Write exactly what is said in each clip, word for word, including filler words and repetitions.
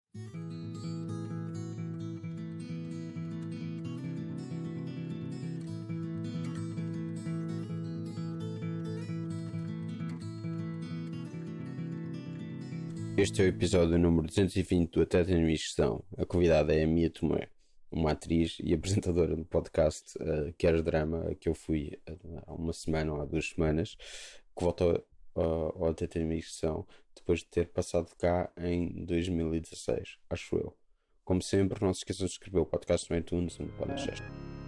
Este é o episódio número duzentos e vinte do Até Tenho Questão. A convidada é a Mia Tomé, uma atriz e apresentadora do podcast uh, Queres Drama, que eu fui há uma semana ou há duas semanas, que voltou uh, ao Até Tenho Questão depois de ter passado cá em dois mil e dezasseis, acho eu. Como sempre, não se esqueçam de subscrever o podcast no iTunes, onde podem deixar.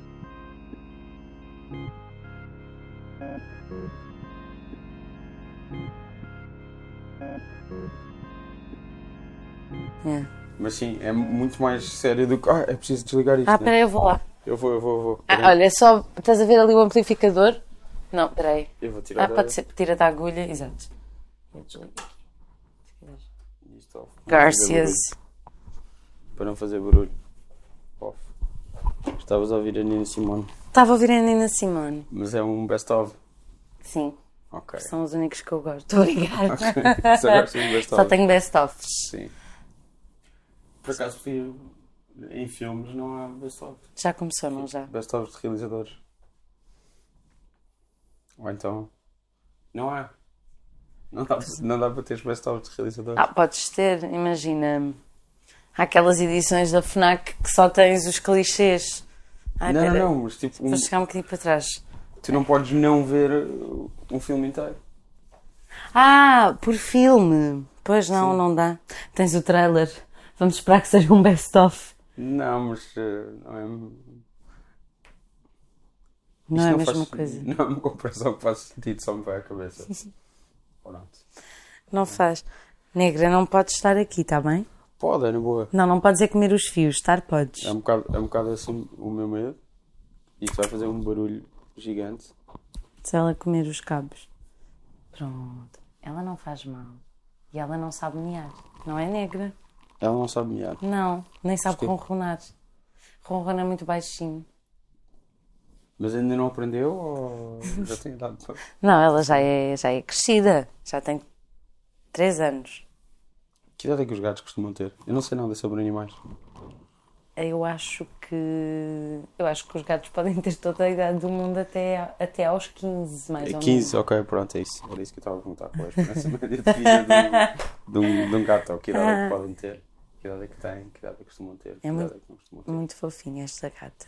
É. Mas sim, é muito mais sério do que... Ah, é preciso desligar isto, Ah, né? peraí, eu vou lá. Eu vou, eu vou, eu vou. Ah, olha, é só... Estás a ver ali o amplificador? Não, peraí. Eu vou tirar Ah, pode ser. Tira da agulha, exato. Eu desligo aqui. Isto off. Garcias. Para não fazer barulho. Off. Estavas a ouvir a Nina Simone. Estava a ouvir a Nina Simone. Mas é um best-of. Sim. Ok. São os únicos que eu gosto. Estou a brincar. Ok. Só gosto de best-of. Só tenho best-offs. Sim. Por acaso, fui- em filmes não há best-of. Já começou, não já? Best-of de realizadores. Ou então... Não há. Não dá, não dá para ter best-of de realizadores. Ah, podes ter, imagina. Há aquelas edições da FNAC que só tens os clichês. Ai, não, não, pera. não. Mas tipo... Um, Vou chegar um bocadinho para trás. tu não podes não ver uh, um filme inteiro. Ah, por filme. Pois não, Sim. não dá. Tens o trailer. Vamos esperar que seja um best-of. Não, mas uh, não é... Não Isto é a não mesma faz- coisa. Não é uma comparação que faz sentido, só me vai à cabeça. Pronto. Não faz. Negra, não podes estar aqui, está bem? Pode, é na boa. Não, não podes é comer os fios. Estar podes. É um bocado, é um bocado assim o meu medo. Isto vai fazer um barulho gigante. Se ela comer os cabos. Pronto. Ela não faz mal. E ela não sabe mear. Não é negra? Ela não sabe mear. Não. Nem sabe Porquê? ronronar. Ronrona muito baixinho. Mas ainda não aprendeu ou já tem idade para... Não, ela já é, já é crescida. Já tem três anos. Que idade é que os gatos costumam ter? Eu não sei nada sobre animais. Eu acho que... Eu acho que os gatos podem ter toda a idade do mundo até, até aos quinze, mais É ou quinze, ok, pronto, é isso. Era isso que eu estava a perguntar. Qual é a experiência média de vida de um, de um, de um gato? Ou que idade é que podem ter? Que idade é que têm? Que idade é que costumam ter? Que É idade muito- é que não costumam ter? Muito fofinha esta gata.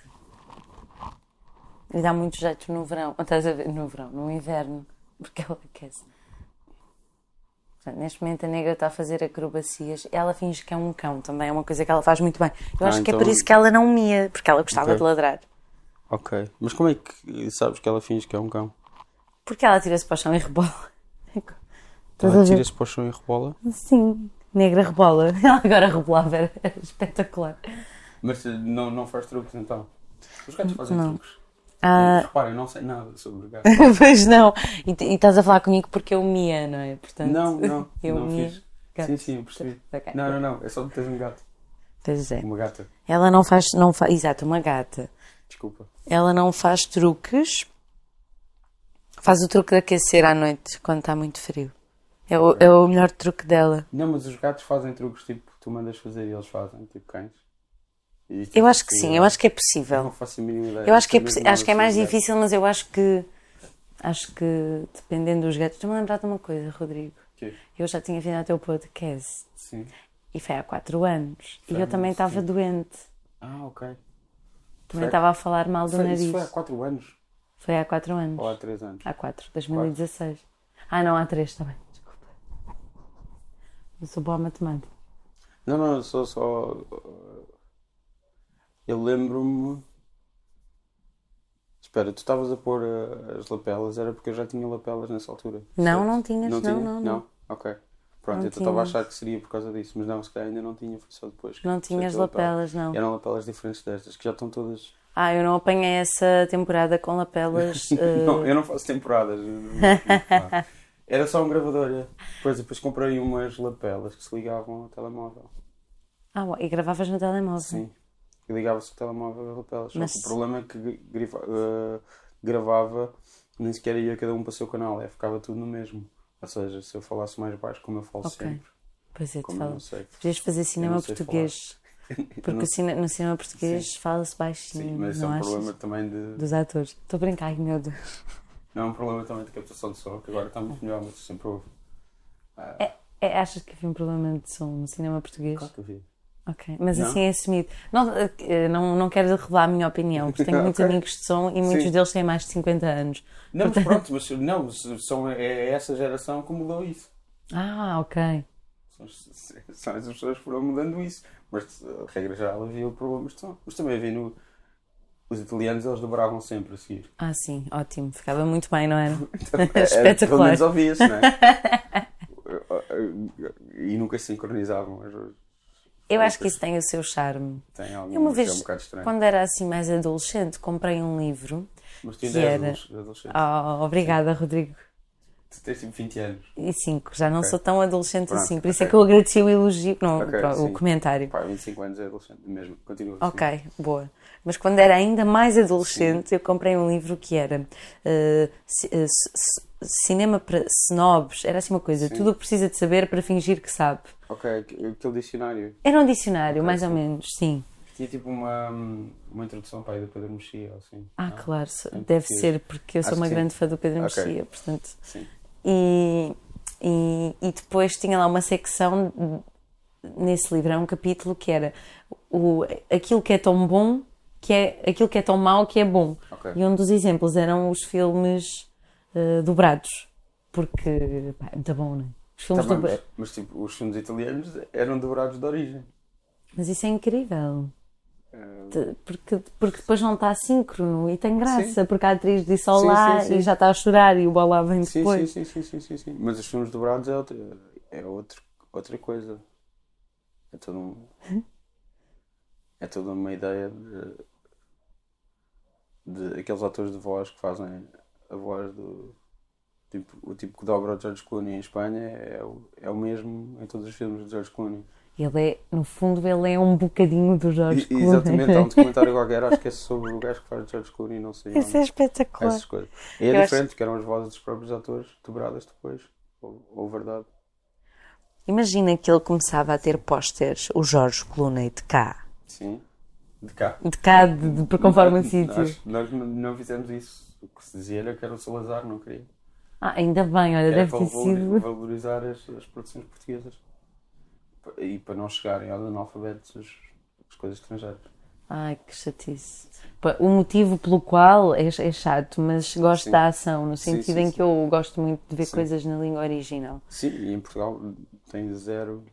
E dá muito jeito no verão. Ou estás a ver? No verão, no inverno. Porque ela aquece. Portanto, neste momento a negra está a fazer acrobacias. Ela finge que é um cão também. É uma coisa que ela faz muito bem. Eu Ah, acho que é então- por isso que ela não mia. Porque ela gostava Ok. de ladrar. Ok. Mas como é que sabes que ela finge que é um cão? Porque ela tira-se para o chão e rebola. Estás a Ela ver? tira-se para o chão e rebola? Sim. Negra rebola. Ela agora rebolava. Era era espetacular. Mas eh, não, não faz truques então? Os gatos fazem Não. truques. Ah, Repara, eu não sei nada sobre gatos. pois não. E, e estás a falar comigo porque eu mia, não é? Portanto, Não, não, eu não mia. fiz. gato. Sim, sim, eu percebi. Ok. Não, não, não, é só de teres um gato. Pois é. Uma gata, Ela não faz, não faz, exato, uma gata. desculpa. Ela não faz truques. Faz o truque de aquecer à noite, quando está muito frio. É o, é o melhor truque dela. Não, mas os gatos fazem truques tipo tu mandas fazer e eles fazem, tipo cães. E, tipo, Eu acho que assim, sim, eu acho que é Não possível. faço a mínima ideia. Eu acho que é, Não sei possi- mesmo acho que é nada mais sobre gatos. difícil, mas eu acho que, acho que, dependendo dos gatos... Estou-me a lembrar de uma coisa, Rodrigo. Quê? Eu já tinha vindo ao teu podcast, Sim. e foi há quatro anos. Foi e eu há também muito estava tempo. doente. Ah, ok. Também Foi- estava a falar mal do Foi- nariz. Isso foi há quatro anos? Foi há quatro anos. Ou há três anos? Há quatro, dois mil e dezasseis. Ah, não, há três, está bem, desculpa. Eu sou boa a matemática. Não, não, eu sou só... Eu lembro-me... Espera, tu estavas a pôr uh, as lapelas, era porque eu já tinha lapelas nessa altura. Não, certo? não tinhas, não, tinha? não, não. Ok. Pronto, Não então estava a tinhas. achar que seria por causa disso, mas não, se calhar ainda não tinha, foi só depois. que Não comecei a tinhas ter lapela. lapelas, não. Eram lapelas diferentes destas, que já estão todas... Ah, eu não apanhei essa temporada com lapelas. eh, Não, eu não faço temporadas. eu não- não faço. Era só um gravador, é. Depois, depois comprei umas lapelas que se ligavam ao telemóvel. Ah, bom, e gravavas no telemóvel? Sim. E ligava-se o telemóvel a lapelas. Só Mas- que o problema é que grifa- eh, gravava, nem sequer ia cada um para o seu canal, é, ficava tudo no mesmo. Ou seja, se eu falasse mais baixo, como eu falo Ok. sempre, Pois é, tu Como eu não falas. sei. Podias fazer Eu cinema não sei português. Eu Porque não- o cine- no cinema português fala-se baixinho. Sim, mas isso é não um achas? problema também de. Dos atores. Estou a brincar, ai meu Deus. Não é um problema também de captação de som, que agora está muito melhor, mas sempre houve. Ah, É, é, achas que havia um problema de som no cinema português? Claro que havia. Ok, mas Não? assim é assumido. Não, eh, não, não quero revelar a minha opinião, porque tenho muitos Ok. amigos de som e muitos Sim. deles têm mais de cinquenta anos. Não, mas pronto, mas não, mas são, é essa geração que mudou isso. Ah, ok. São, são as pessoas que foram mudando isso. Mas, a regra geral, havia problemas de som. Mas também havia no. Os italianos, eles dobravam sempre a seguir. Ah, sim, ótimo. Ficava muito bem, não era? Era, pelo Espetacular. menos ouvia-se, não é? E nunca se sincronizavam. Mas Eu acho que isso tem o seu charme. tem algo Eu uma que é vez, um bocado estranho. quando era assim mais adolescente, comprei um livro. Mas tu que ainda és era- adolescente. adolescente. Oh, obrigada, Rodrigo. Tu tens tipo vinte anos. E cinco, já não Ok. sou tão adolescente Pronto, assim. Por isso é ok. que eu agradeci o elogio, não, Ok, o sim. comentário. Pá, vinte e cinco anos é adolescente mesmo. Continua assim. Ok, boa. Mas quando era ainda mais adolescente, eu comprei um livro que era eh, ci- eh, c- c- Cinema para Snobs. Era assim uma coisa, Sim. tudo o que precisa de saber para fingir que sabe. Ok, aquele dicionário. Era um dicionário, Ok, mais sim. ou menos, sim. Tinha tipo uma, uma introdução para aí do Pedro Mexia, ou assim. Ah, não? claro, so- Em deve português. ser, porque eu sou Acho uma que sim. grande fã do Pedro Ok. Mexia, portanto. Sim. E, e, e depois tinha lá uma secção nesse livro, era um capítulo que era o, aquilo que é tão bom, que é aquilo que é tão mau que é bom. Ok. E um dos exemplos eram os filmes eh, dobrados, porque pá, é muito bom, não é? Os filmes Tá bem, dobrados. mas, mas tipo, os filmes italianos eram dobrados de origem. Mas isso é incrível. Eh, De- Porque, porque depois não está síncrono e tem graça, Sim. porque a atriz disse Sim, olá sim, sim. e já está a chorar e o olá vem sim, depois. sim, sim, sim, sim, sim, sim. Mas os filmes dobrados é outra, é outro, outra coisa. É todo um. É toda uma ideia de, de aqueles atores de voz que fazem a voz do. Tipo, o tipo que dobra o George Clooney em Espanha é, o, é o mesmo em todos os filmes de George Clooney. Ele é, no fundo, ele é um bocadinho do Jorge E- Clooney. Exatamente, há um documentário qualquer, acho que é sobre o gajo que faz George Clooney, não sei. Isso é onde. espetacular. Essas coisas. E é Eu diferente, porque eram as vozes dos próprios atores dobradas depois. Ou, ou verdade. Imagina que ele começava a ter pósteres, o Jorge Clooney de cá. Sim. De cá. De cá, de, de, por conforme o Nós- sítio. Nós, nós não- não fizemos isso. O que se dizia era que era o Salazar, não queria. Ah, ainda bem, olha, Era deve para ter valori- sido. valorizar as, as produções portuguesas. E para não chegarem aos analfabetos as, as coisas estrangeiras. Ai, que chatice. Pá, o motivo pelo qual é, é chato, mas gosto Sim. da ação, no Sim, sentido sim, em sim. que eu gosto muito de ver Sim. coisas na língua original. Sim, e em Portugal tem zero.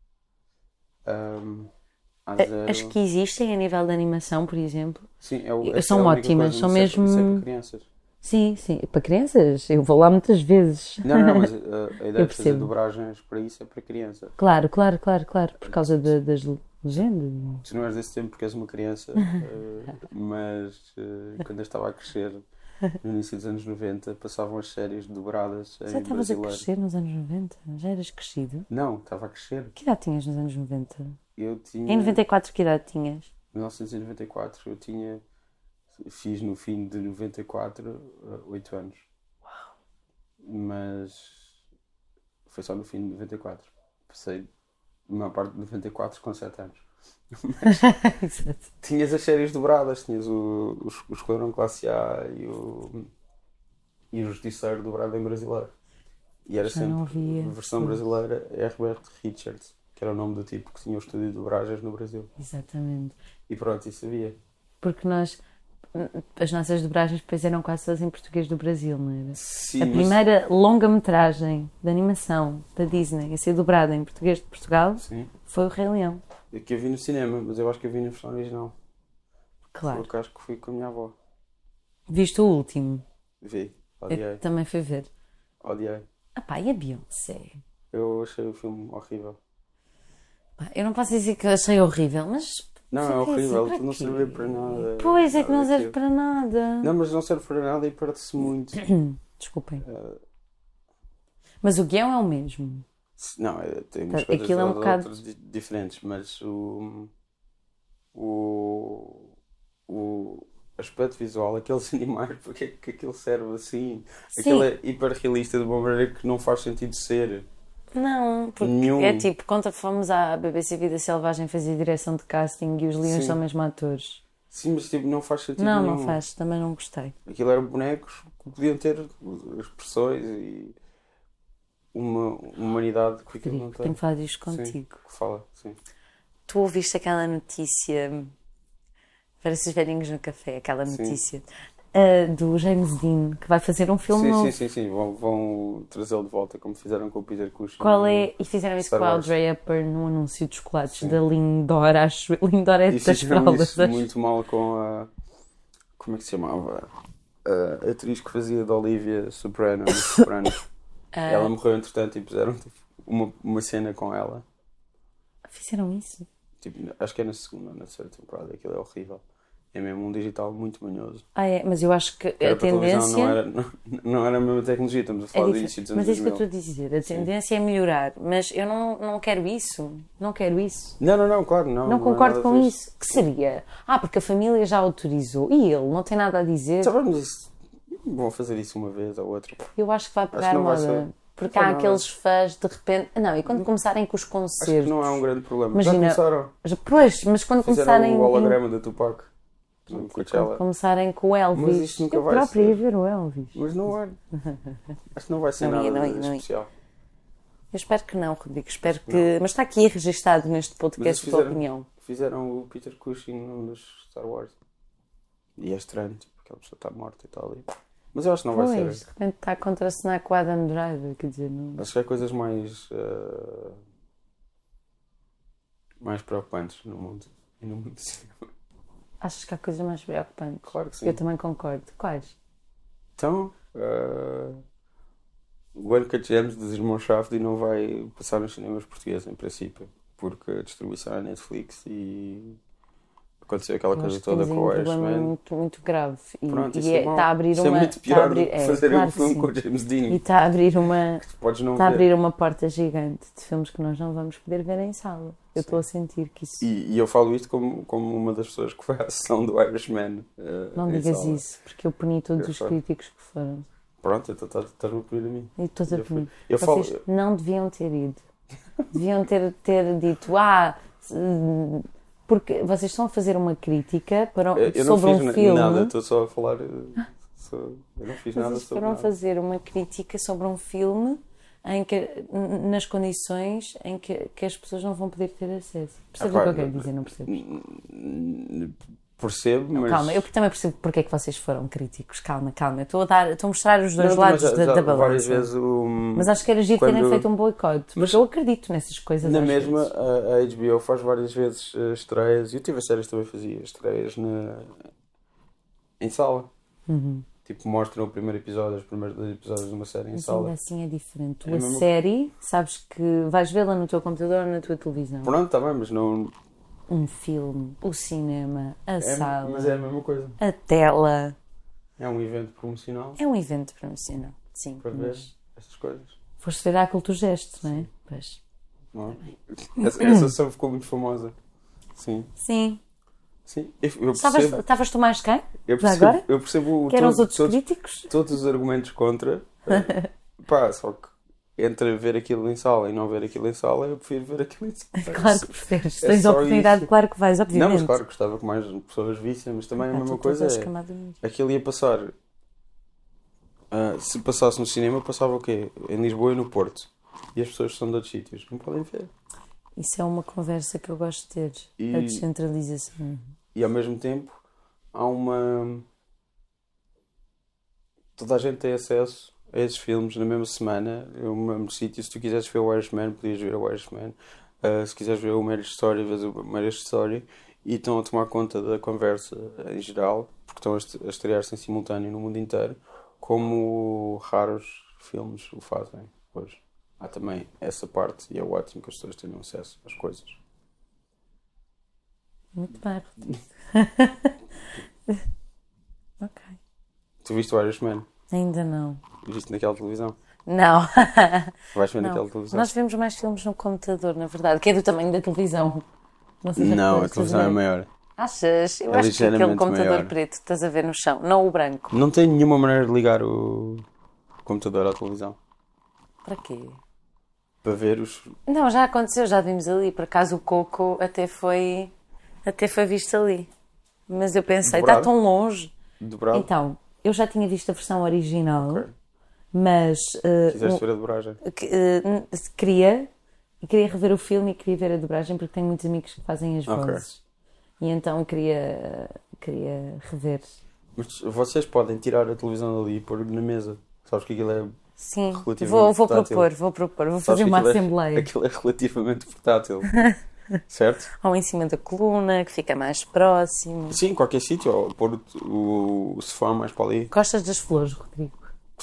ahm, há A- zero. As que existem a nível de animação, por exemplo. Sim, é o, Eu- essa são é a única ótimas, coisa, são mas isso é- isso é mesmo- para crianças. Sim, sim. Para crianças, eu vou lá muitas vezes. Não, não, mas a, a ideia de fazer percebo. dobragens para isso é para criança. Claro, claro, claro, claro. Por causa de- das legendas. Tu não és desse tempo porque és uma criança, eh, mas eh, quando eu estava a crescer, no início dos anos noventa, passavam as séries dobradas Já em estavas a brasileiro. crescer nos anos noventa? Já eras crescido? Não, estava a crescer. Que idade tinhas nos anos noventa? Eu tinha. Em noventa e quatro, que idade tinhas? mil novecentos e noventa e quatro, eu tinha. Fiz no fim de noventa e quatro, oito anos. Uau! Mas foi só no fim de noventa e quatro. Passei a maior parte de noventa e quatro com sete anos. Exato. Tinhas as séries dobradas, tinhas o, o, o Esquadrão Classe A e o, e o Justiceiro dobrado em brasileiro. E era Já não sempre via. a versão brasileira Herbert Richards, que era o nome do tipo que tinha o estúdio de dobragens no Brasil. Exatamente. E pronto, isso havia. Porque nós, as nossas dobragens depois eram quase todas em português do Brasil, não era? Sim, A mas- primeira longa-metragem de animação da Disney a ser dobrada em português de Portugal Sim. foi o Rei Leão. É que eu vi no cinema, mas eu acho que eu vi na versão original. Claro. Porque acho que fui com a minha avó. Viste o último? Vi, Eu odiei. também fui ver. Odiei. Ah pá, e a Beyoncé? Eu achei o filme horrível. Pá, eu não posso dizer que eu achei horrível, mas... Não, é Para quê? horrível, Para tu não quê? serve para nada. Pois é que não nada serve daquilo. para nada. Não, mas não serve para nada e perde-se muito. Desculpem. Eh, Mas o guião é o mesmo. Não, é- tem umas Tá, coisas aquilo é um ou- bocado- outras di- diferentes, mas o, o, o aspecto visual, aqueles animais, porque é que aquilo serve assim? Sim. Aquilo é hiper realista de uma maneira que não faz sentido ser. Não, porque Nenhum. é tipo, quando fomos à B B C Vida Selvagem fazer direção de casting e os leões Sim. são mesmo atores. Sim, mas tipo, não faz sentido Não, nenhum. não faz, também não gostei. Aquilo eram bonecos que podiam ter expressões e uma humanidade que aquilo não Frederico, tem. tenho que falar disto Sim, contigo. que fala, sim. Tu ouviste aquela notícia para esses velhinhos no café, aquela Sim. notícia uh, do James Dean, que vai fazer um filme Sim, novo. sim, sim, sim. Vão, vão trazê-lo de volta, como fizeram com o Peter Cushing. Qual no é? E fizeram isso Star com a Wars. Audrey Hepburn num anúncio de chocolates Sim. da Lindor, acho. Lindor é E das fizeram fraldas. isso muito mal com a... Como é que se chamava? A atriz que fazia de Olivia Soprano. no Sopranos. Ela morreu entretanto e puseram tipo, uma, uma cena com ela. Fizeram isso? Tipo, acho que é na segunda ou na terceira temporada. Aquilo é horrível. É mesmo um digital muito manhoso. Ah, é, mas eu acho que Era a para televisão, tendência... não era, não, não era a mesma tecnologia. Estamos a É falar do diferente. início dos anos Mas é isso que eu dois mil. estou a dizer. A tendência é melhorar. Mas eu não, não quero isso. Não quero isso. Não, não, não, claro, não. Não é concordo nada com disso. isso. Que seria? Ah, porque a família já autorizou. E ele não tem nada a dizer. Sabemos isso. Vão fazer isso uma vez ou outra. Eu acho que vai pegar não vai moda. ser- Porque não há vai nada. aqueles fãs de repente. Não, e quando começarem com os Acho concertos. que não é um grande problema. Imagina- Já começaram. Pois, mas quando Fizeram começarem. o holograma da Tupac no Quando Coachella. começarem com o Elvis. Mas isto nunca eu vai próprio ia ser. ver o Elvis. Mas não é. Acho que não vai ser Não ia, nada não de ia, não ia. especial. Eu espero que não, Rodrigo. Espero que. Mas está aqui registado neste Mas podcast eles a tua fizeram, opinião. fizeram o Peter Cushing num dos Star Wars. E é estranho, tipo, aquela pessoa está morta e tal. Mas eu acho que não vai Pois, ser. de repente está a contracenar com o Adam Driver, quer dizer, não... Acho que há coisas mais. eh, mais preocupantes no mundo. E no mundo do cinema. Achas que há coisas mais preocupantes? Claro que sim. Eu também concordo. Quais? Então, eh, o Uncut Gems dos irmãos Safdie não vai passar nos cinemas portugueses, em princípio, porque a distribuição é Netflix e aconteceu aquela Eu coisa acho que toda temos aí com o um problema Irishman. muito, muito grave. E, Pronto, e isso é- é mau. está a abrir Isso uma... é muito está a pior abrir, do que é, fazer claro um que filme sim. com o James Dean. E está a abrir uma... Tu podes não Está a ver. abrir uma porta gigante de filmes que nós não vamos poder ver em sala. Eu Sim. estou a sentir que isso... E, e eu falo isto como, como uma das pessoas que foi à sessão do Irishman. eh, Não em digas sala. isso, porque eu puni todos Eu os sei. críticos que foram. Pronto, então estás- estás-me a pedir a mim. E todos a Eu fui- punir. eu falo- Vocês não deviam ter ido. Deviam ter, ter dito, ah, se- porque vocês estão a fazer uma crítica para, Eu, eu não sobre fiz um na- filme. nada, estou só a falar. eh, só- eu não fiz nada Vocês sobre foram nada. fazer uma crítica sobre um filme em que, n- nas condições em que, que as pessoas não vão poder ter acesso. Percebes Ah, o que pá, eu quero dizer? Não percebes? Hum, Percebo, mas. Calma, eu também percebo porque é que vocês foram críticos. Calma, calma. Eu estou a, dar, estou a mostrar os dois Não, também lados já- da, já da várias balança. vezes o. Mas acho que era giro terem quando- feito um boicote. Mas eu acredito nessas coisas. Na às mesma, vezes. a, a H B O faz várias vezes eh, estreias, e eu tive a séries também fazia estreias na, em sala. Uhum. Tipo, mostram o primeiro episódio, os primeiros dois episódios de uma série em Mas sala. ainda assim é diferente. Tu, É a a mesma- série, sabes que vais vê-la no teu computador ou na tua televisão. Pronto, está bem, mas não. Um filme, o cinema, a É, sala, mas é a mesma coisa. a tela. É um evento promocional É um evento promocional. Sim, para ver mas estas coisas. foste ver a Culto Gesto, não é? Pois. Não é? Essa, essa só ficou muito famosa. Sim. Sim. Sim. Eu, eu Estavas percebo. estavas tu mais quem? Eu Já percebo, agora? eu percebo o Que eram os todo- outros todos, críticos? todos os argumentos contra. eh, Pá, só que entre ver aquilo em sala e não ver aquilo em sala, eu prefiro ver aquilo em sala. Claro que preferes. Se é tens a só oportunidade, isso. claro que vais, Não, obviamente. mas claro, gostava que mais pessoas vissem, mas também a Ah, mesma tu coisa estás é. camada nisso. Aquilo ia passar. ah, se passasse no cinema, passava o quê? Em Lisboa e no Porto. E as pessoas que são de outros sítios não podem ver. Isso é uma conversa que eu gosto de ter. E- A descentralização. E ao mesmo tempo há uma. Toda a gente tem acesso a esses filmes na mesma semana, no mesmo sítio. Se tu quiseres ver o Irishman, podias ver o Irishman. Ah, se quiseres ver o Marriage Story, vês o Marriage Story. E estão a tomar conta da conversa em geral, porque estão a est- a estrear-se em simultâneo no mundo inteiro, como raros filmes o fazem hoje. Há também essa parte, e é ótimo que as pessoas tenham acesso às coisas. Muito bem, Rodrigo. Ok. Tu viste o Irishman? Ainda não. Viste naquela televisão? Não. Vais ver Não. naquela televisão? Nós vemos mais filmes no computador, na verdade, que é do tamanho da televisão. Não, sei se Não, a reparas, televisão é estás a ver? maior. Achas? Eu É acho que aquele ligeiramente computador maior. preto que estás a ver no chão, não o branco. Não tem nenhuma maneira de ligar o computador à televisão. Para quê? para ver os... Não, já aconteceu, já vimos ali. Por acaso o Coco até foi, até foi visto ali. Mas eu pensei, está tão longe. Dobrado? Então, eu já tinha visto a versão original, Ok. mas... Uh, Quiseste ver a dobragem? uh, queria, queria rever o filme e queria ver a dobragem porque tenho muitos amigos que fazem as Ok. vozes. E então queria, queria rever. Mas vocês podem tirar a televisão dali e pôr na mesa. Sabes que aquilo é Sim, relativamente vou, vou portátil. propor, vou propor, vou Sabes fazer que uma aquilo é- assembleia. Aquilo é relativamente portátil. Certo? Ou em cima da coluna, que fica mais próximo. Sim, qualquer sítio. Ou pôr o, o sofá mais para ali. Gostas das flores, Rodrigo?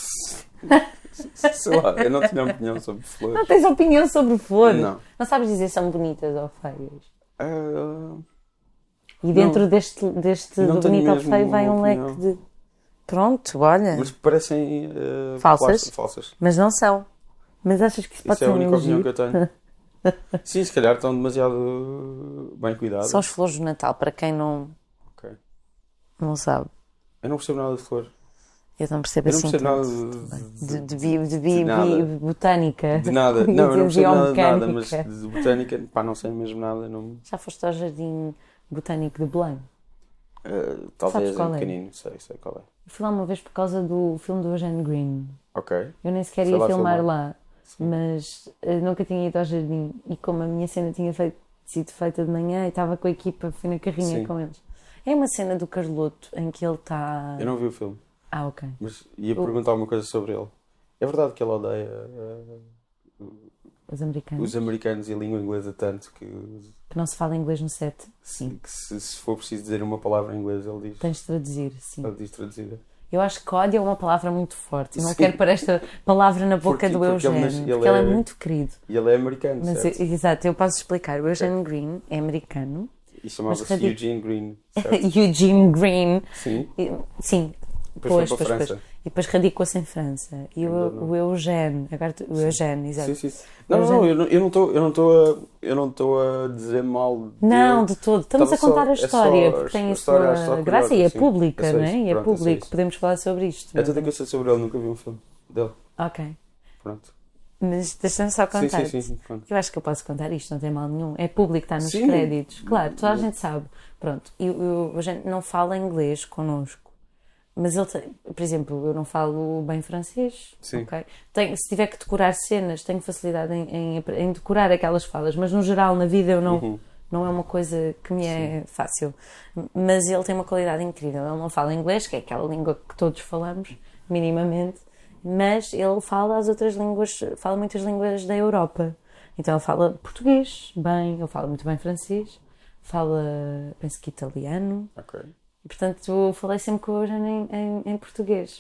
Sei lá, eu não tinha opinião sobre Não flores. tens opinião sobre flores? Não. Não sabes dizer se são bonitas ou feias? Ah, E dentro Não. deste, deste Não do tenho bonito ou mesmo feio vai uma um opinião. leque de... Pronto, olha. mas parecem ah, Falsas? plásticas- falsas. Mas não são. Mas achas que isso pode Isso é ser a um única opinião elogio? que eu tenho. Sim, se calhar estão demasiado bem cuidadas. São as flores do Natal, para quem não, Ok. não sabe. Eu não percebo nada de flor. Eu não percebo Eu não assim percebo nada tanto. de, De, de, bi- de, bi- de nada. bi- botânica. de nada. Ia Não, eu não dizer percebo nada de nada, mas biomecânica. de botânica, pá, não sei mesmo nada. Não, Já foste ao Jardim Botânico de Belém? ah, talvez em qual é? pequenino, sei, sei qual é. Eu fui lá uma vez por causa do filme do Eugene Green. Ok. Eu nem sequer Foi ia lá filmar filmar. lá, mas eh, nunca tinha ido ao jardim. E como a minha cena tinha feito- sido feita de manhã e estava com a equipa, fui na carrinha Sim. com eles. É uma cena do Carloto em que ele está. Eu não vi o filme, Ah, ok. mas ia Eu- perguntar alguma coisa sobre ele. É verdade que ele odeia ah, Os americanos. os americanos e a língua inglesa tanto que, Que não se fala inglês no set. Sim. que se, se for preciso dizer uma palavra em inglês, ele diz, Tens de traduzir, sim. ele diz traduzida. Eu acho que ódio é uma palavra muito forte. Eu não Sim. quero pôr esta palavra na boca Porque- do porque ele Eugênio, nas- ele porque ele é é- muito querido. E ele é americano, Mas, certo? eu- exato, eu posso explicar. O Eugene Green é americano. E chamava-se mas radi- Eugene Green, certo? Eugene Green. Sim. E- Sim. Depois foi para a França. E depois radicou-se em França. E o, Ainda não. o Eugene, agora tu- o Eugene, exato. Sim, sim. Não, não, não, eu não- eu não estou eu não estou a eu não estou a dizer mal Não, dele. de todo. Estamos Estava a contar só- a é só história, a- porque tem a a história, a sua história graça curiosa, e é sim. pública, É só não isso, é? E é pronto, é só público, isso. podemos falar sobre isto. É tudo o que eu sei sobre ele, nunca vi um filme dele. Ok. Pronto. Mas deixa-me só Sim, contar. sim, sim. Pronto. Eu acho que eu posso contar isto, não tem mal nenhum. É público, está nos Sim. créditos. Claro, toda a gente sabe. Pronto, e o Eugênio não fala inglês connosco. Mas ele, tem, por exemplo, eu não falo bem francês. Sim. ok? Tenho, se tiver que decorar cenas, tenho facilidade em, em, em decorar aquelas falas, mas no geral, na vida, eu não, Uhum. não é uma coisa que me é fácil. Mas ele tem uma qualidade incrível. Ele não fala inglês, que é aquela língua que todos falamos, minimamente, mas ele fala as outras línguas, fala muitas línguas da Europa. Então ele fala português, bem, ele fala muito bem francês, fala, penso que italiano. Ok. E, portanto, falei sempre com o Eugênio em, em, em português.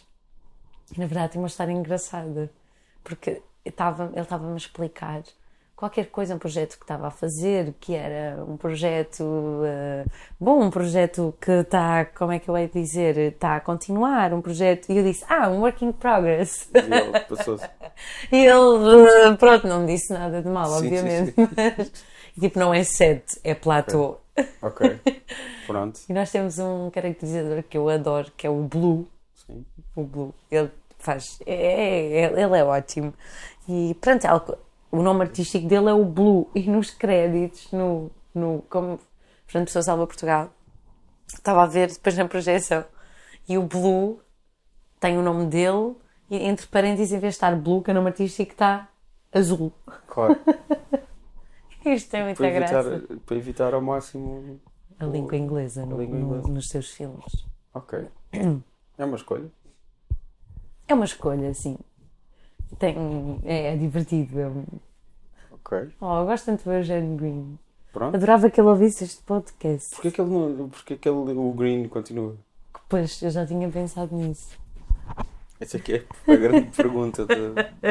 E, na verdade, tem uma história engraçada. Porque eu estava, ele estava-me a explicar qualquer coisa, um projeto que estava a fazer, que era um projeto... Uh, bom, um projeto que está, como é que eu hei de dizer, está a continuar, um projeto... E eu disse, ah, um work in progress. E ele passou-se. E ele, uh, pronto, não me disse nada de mal, Sim, obviamente. sim, Mas, tipo, não é set, é platô. Ok. Pronto. E nós temos um caracterizador que eu adoro, que é o Blue. Sim. O Blue. Ele faz. É, é- ele é ótimo. E pronto, ele- o nome artístico dele é o Blue. E nos créditos, no, no, como portanto, Pessoa Salva Portugal, estava a ver depois na projeção. E o Blue tem o nome dele, e entre parênteses, em vez de estar Blue, que é o nome artístico, está azul. Claro. Isto é muita Para evitar, graça. para evitar ao máximo. A língua inglesa, no- A língua no- inglesa. nos seus filmes. Ok. É uma escolha. É uma escolha, sim. Tem, é, é divertido. É um- Ok. Oh, eu gosto tanto do Eugene Green. Pronto. Adorava que ele ouvisse este podcast. Porquê que ele não. Porquê que ele, o Green continua? Pois, eu já tinha pensado nisso. Essa aqui é a grande pergunta da,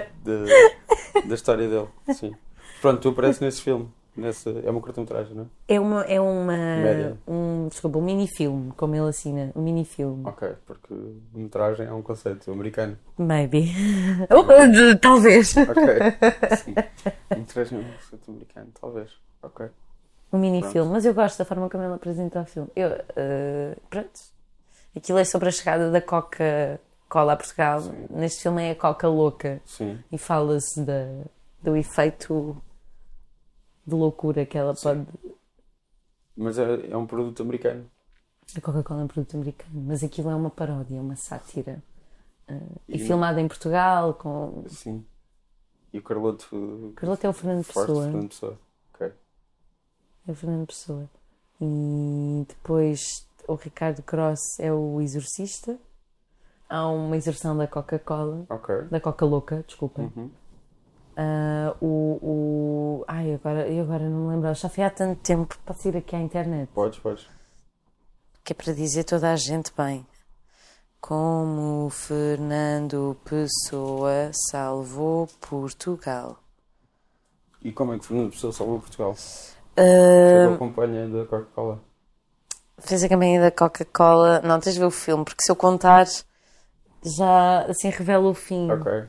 da, da história dele. Sim. Pronto, tu apareces nesse filme. Nessa, é uma curta-metragem, não é? É uma. É uma Média. um, desculpa, um mini-filme, como ele assina. Um mini-filme. Ok, porque metragem é um conceito americano. Maybe. Oh, de- talvez. Ok. Sim. Metragem é um conceito americano, talvez. Ok. Um mini-filme. Mas eu gosto da forma como ele apresenta o filme. Eu, eh, pronto. Aquilo é sobre a chegada da Coca-Cola a Portugal. Sim. Neste filme é a Coca Louca. Sim. E fala-se da, do efeito de loucura que ela Sim. pode... Mas é, é um produto americano. A Coca-Cola é um produto americano, mas aquilo é uma paródia, uma sátira. Uh, e, E filmada em Portugal, com... Sim. E o Carloto... Carloto é o Fernando Forte, Pessoa. Fernando Pessoa. Ok. É o Fernando Pessoa. E depois o Ricardo Cross é o Exorcista. Há uma exorção da Coca-Cola. Ok. Da Coca-Louca, desculpem. Uhum. Uh, o, o... Ai, agora, eu agora não me lembro. Já foi há tanto tempo. Pode ir aqui à internet. Podes, podes. Que é para dizer toda a gente bem. Como Fernando Pessoa salvou Portugal. E como é que Fernando Pessoa salvou Portugal? Uh, Foi a campanha da Coca-Cola. Fez a campanha da Coca-Cola. Não, tens de ver o filme, porque se eu contar, já assim revelo o fim. Ok.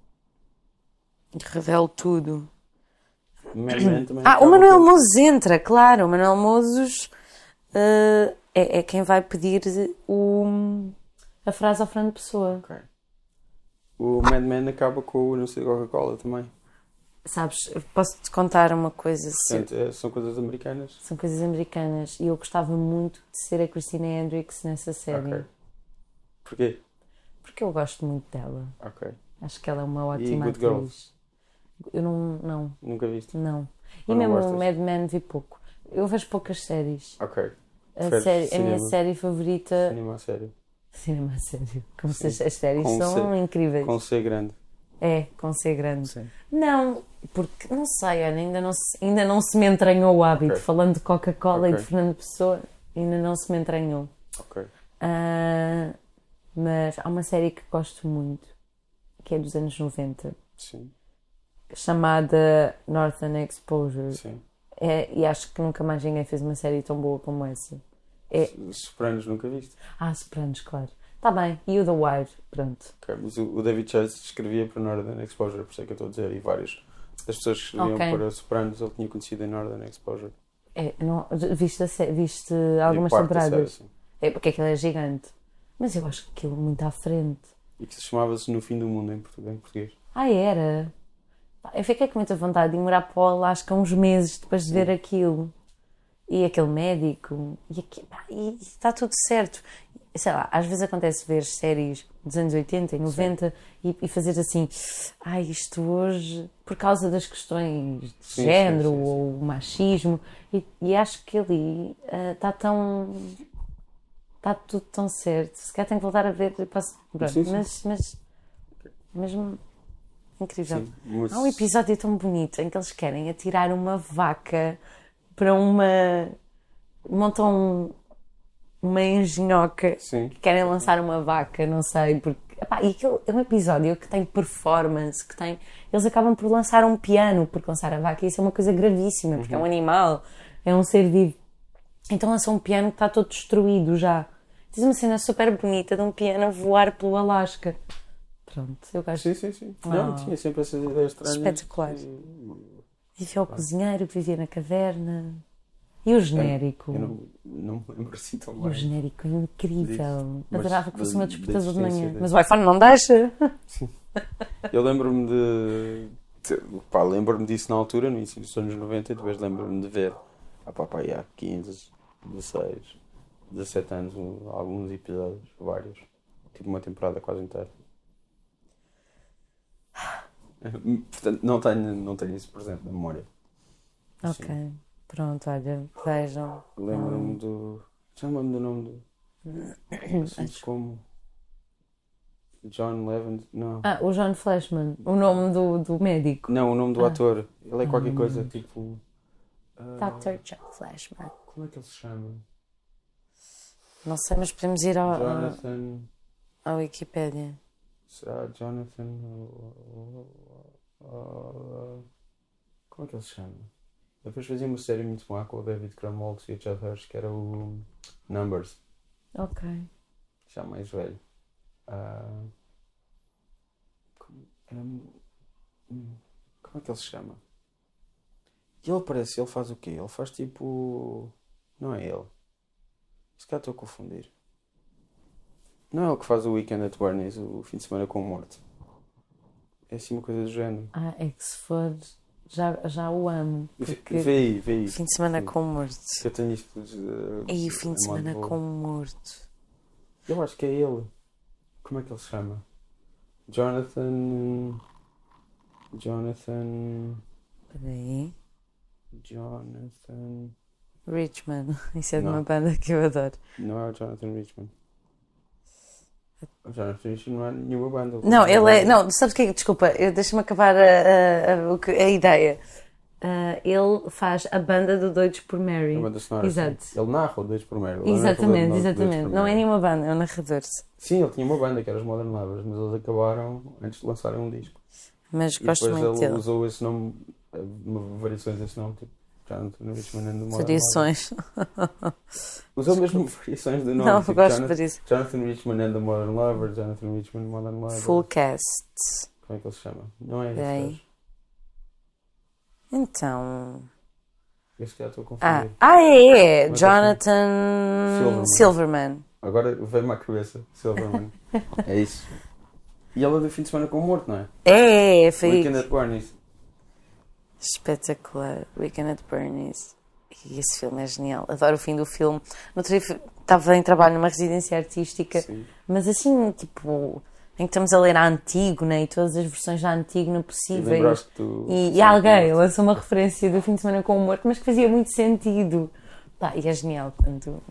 Revelo tudo. Mad Men também Ah, o acaba Manuel com- Mozes entra, claro. O Manuel Mozes uh, é, é quem vai pedir o, a frase ao Fernando Pessoa. Ok. O Mad Men acaba com o anúncio da Coca-Cola também. Sabes, posso-te contar uma coisa. Se- Portanto, é- são coisas americanas. São coisas americanas e eu gostava muito de ser a Christina Hendricks nessa série. Ok. Porquê? Porque eu gosto muito dela. Ok. Acho que ela é uma ótima Good Girl? atriz. Eu não, não, Nunca viste? não. E Ou não mesmo gostas? o Mad Men vi pouco. Eu vejo poucas séries. Ok. A, Preferes série, a cinema? minha série favorita... Cinema a sério. Cinema a sério. Como se Sim. as séries Com são C- incríveis. Com C grande. É, com ser grande. Sim. Não, porque, não sei, olha, ainda não se, ainda não se me entranhou o hábito. Ok. Falando de Coca-Cola e Ok. de Fernando Pessoa, ainda não se me entranhou. Ok. Ah, mas há uma série que gosto muito, que é dos anos noventa, Sim. chamada Northern Exposure. Sim. É, e acho que nunca mais ninguém fez uma série tão boa como essa. É, Sopranos nunca viste? ah, Sopranos, claro. Está bem, e o The Wire, pronto. Ok. Mas o, o David Chase escrevia para Northern Exposure, por isso é que eu estou a dizer. E vários das pessoas que escreviam Ok. para Sopranos ele tinha conhecido em Northern Exposure. É, não, viste, a sé- viste E algumas parte da temporadas? série, sim. É porque aquilo é gigante. Mas eu acho que aquilo é muito à frente. E que se chamava-se No Fim do Mundo em português. Em português. Ah, era? Pá, eu fiquei com muita vontade de ir morar para o Alasca uns meses depois de ver aquilo. E aquele médico. E, aqui, pá, e está tudo certo. Sei lá, às vezes acontece ver séries dos anos oitenta e noventa e, e fazer assim, ah, isto hoje, por causa das questões de Sim, género sim, sim, sim. ou machismo, e, e acho que ali ah, está tão. Está tudo tão certo. Se calhar tenho que voltar a ver. Posso, pronto, Sim, sim. Mas, mas. Mesmo. Incrível. Sim, mas- Há um episódio tão bonito em que eles querem atirar uma vaca para uma. Montam um- uma engenhoca. Sim. Que querem lançar uma vaca, não sei. Porque, epá, e aquilo é um episódio que tem performance, que tem. Eles acabam por lançar um piano porque lançar a vaca. E isso é uma coisa gravíssima, porque é um animal, é um ser vivo. Então lançam um piano que está todo destruído já. Diz uma cena super bonita de um piano a voar pelo Alasca. Pronto, eu gosto. Sim, sim, sim. Ah. Não, tinha sempre essas ideias estranhas. Espetacular. E- Vivia o cozinheiro que vivia na caverna. E o genérico? Eu não, não me lembro assim tão E o bem. genérico é incrível. Disso. Mas Adorava que fosse da- uma da despertador de manhã. existência Mas o iPhone não deixa. Eu lembro-me de. de- Pá, lembro-me disso na altura, no início dos anos noventa, e depois lembro-me de ver. Ah, pá, pá, aí há quinze, dezesseis, dezassete anos, um- alguns episódios, vários. Tipo uma temporada quase inteira. Portanto, não tenho, não tenho isso presente na memória. Ok. Sim. Pronto, olha, vejam. Lembro-me do. Já me lembro do nome do. Assuntos como. John Levin. Não. Ah, o John Flashman. O nome do, do médico. Não, o nome do Ah. ator. Ele é qualquer Hum. coisa tipo. ah, doutor John Flashman. Como é que ele se chama? Não sei, mas podemos ir ao, ao, Jonathan. à Wikipédia. Será Jonathan? ou- ou- ou- Como é que ele se chama? Depois fazia uma série muito boa com o David Krumholtz e o Judd Hirsch, que era o Numbers, Ok. já mais velho. Ah, como, era- hum, como é que ele se chama? E ele parece, ele faz o quê? Ele faz tipo. Não é ele. Se calhar estou a confundir. Não é ele que faz o Weekend at Bernie's, o fim de semana com morte. É assim uma coisa do género. Ah, é que se for, já, já o amo. Porque Vê aí, vê aí. fim de semana Sim. com o morto. Eu tenho isto. Uh, E o fim de semana com o morto. Eu acho que é ele. Como é que ele se chama? Jonathan. Jonathan. Peraí. Jonathan. Richmond. Isso é de Não. uma banda que eu adoro. Não é o Jonathan Richman. O Jonathan Richman não é nenhuma banda. Não, ele é. Não, sabes o que é? Desculpa, eu- deixa-me acabar a, a, a, o que- a ideia. Ah, ele faz a banda do Doidos por Mary. A banda sonora. Exato. Sim. Ele narra o Dois por Mary. Ele é Exatamente, narrador de Dois exatamente. por Não é Mary. nenhuma banda, é um narrador. Sim, ele tinha uma banda que era os Modern Lovers, mas eles acabaram antes de lançarem um disco. Mas E gosto depois muito ele dele. usou esse nome, eh, uma- variações desse nome, tipo Jonathan Richman and the Modern Lovers. Variações. Usou mesmo variações do nome. Não, tipo, gosto Jonathan, disso. Jonathan Richman and the Modern Lovers, Jonathan Richman Modern Lovers. Full cast. Como é que ele se chama? Não é esse Bem. gajo. Então. Este já estou a Ah, confundir. ah é, é. Mas Jonathan Silverman. Silverman. Agora veio-me à cabeça, Silverman. É isso. E ele é do fim de semana com o morto, não é? É, foi Weekend at Bernie's. espetacular. Weekend at Bernie's. E esse filme é genial. Adoro o fim do filme. No outro dia estava em trabalho numa residência artística, Sim. mas assim, tipo, em que estamos a ler a Antígona e todas as versões da Antígona E possíveis. lembraste do... E, Sim, e alguém do- lançou uma referência do fim de semana com o morto, mas que fazia muito sentido. Pá, e é genial quando,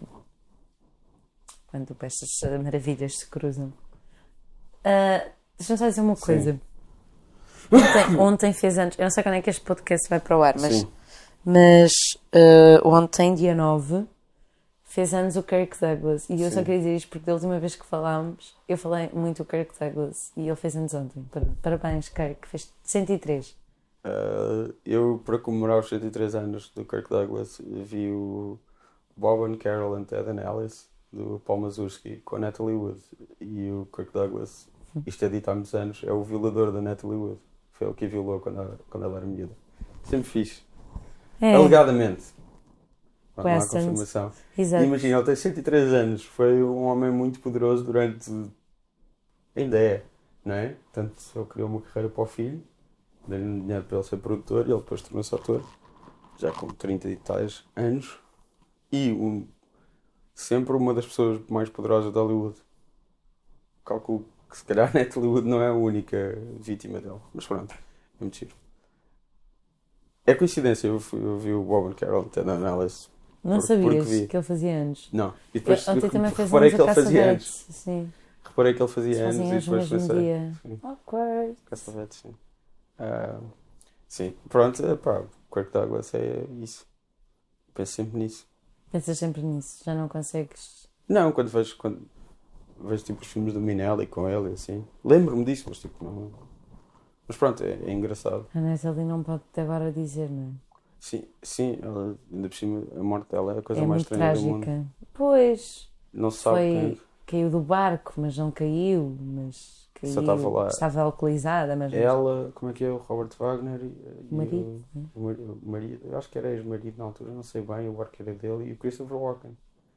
quando estas eh, maravilhas se cruzam. Ah, Deixa-me só dizer uma Sim. coisa. Ontem, ontem fez anos, eu não sei quando é que este podcast vai para o ar, mas, Sim. mas ah, ontem, dia nove, fez anos o Kirk Douglas. E eu Sim. só queria dizer isto porque da última vez que falámos, eu falei muito o Kirk Douglas e ele fez anos ontem. Parabéns, Kirk, fez cento e três. Uh, eu, para comemorar os cento e três anos do Kirk Douglas, vi o Bob and Carol and Ted and Alice, do Paul Mazursky, com a Natalie Wood. E o Kirk Douglas, isto é dito há muitos anos, é o violador da Natalie Wood. Foi ele que a violou quando ela, quando ela era miúda. Sempre fixe. É, Alegadamente. Não, não há Questions. confirmação. exato. Imagina, ele tem cento e três anos. Foi um homem muito poderoso durante... Ainda é, não é? Portanto, ele criou uma carreira para o filho. Deu-lhe dinheiro para ele ser produtor e ele depois tornou-se ator. Já com trinta e tais anos. E um, sempre uma das pessoas mais poderosas de Hollywood. Calculo que se calhar Natalie Wood não é a única vítima dele. Mas pronto, é muito giro. É coincidência, eu, fui, eu vi o Bob and Carol Ted and Alice. Não Por- sabias porque vi. que ele fazia anos. Não. E depois Eu- ontem também fez reparei anos que a ele fazia Caçavetes. anos. Sim, Reparei que ele fazia se anos fazem e anos no depois mesmo pensei. dia. Sim. Awkward. Caçavetes, sim. Ah, sim, pronto, pá, o Kirk Douglas é isso. Penso sempre nisso. Pensas sempre nisso, já não consegues. Não, quando vejo, quando vejo tipo os filmes do Minelli com ele e assim, lembro-me disso, mas tipo, não. Mas pronto, é, é engraçado. A Natalie não pode agora dizer, não é? Sim, sim, ela, ainda por cima, a morte dela é a coisa É mais muito estranha do mundo. trágica. Pois, Não se sabe foi. quem. Caiu do barco, mas não caiu. Mas caiu. Só estava lá. Estava alcoolizada, mas. Ela, como é que é? O Robert Wagner e, O e marido, o, né? o mari- o marido, eu acho que era ex-marido na altura, não sei bem, o barco era dele e o Christopher Walken.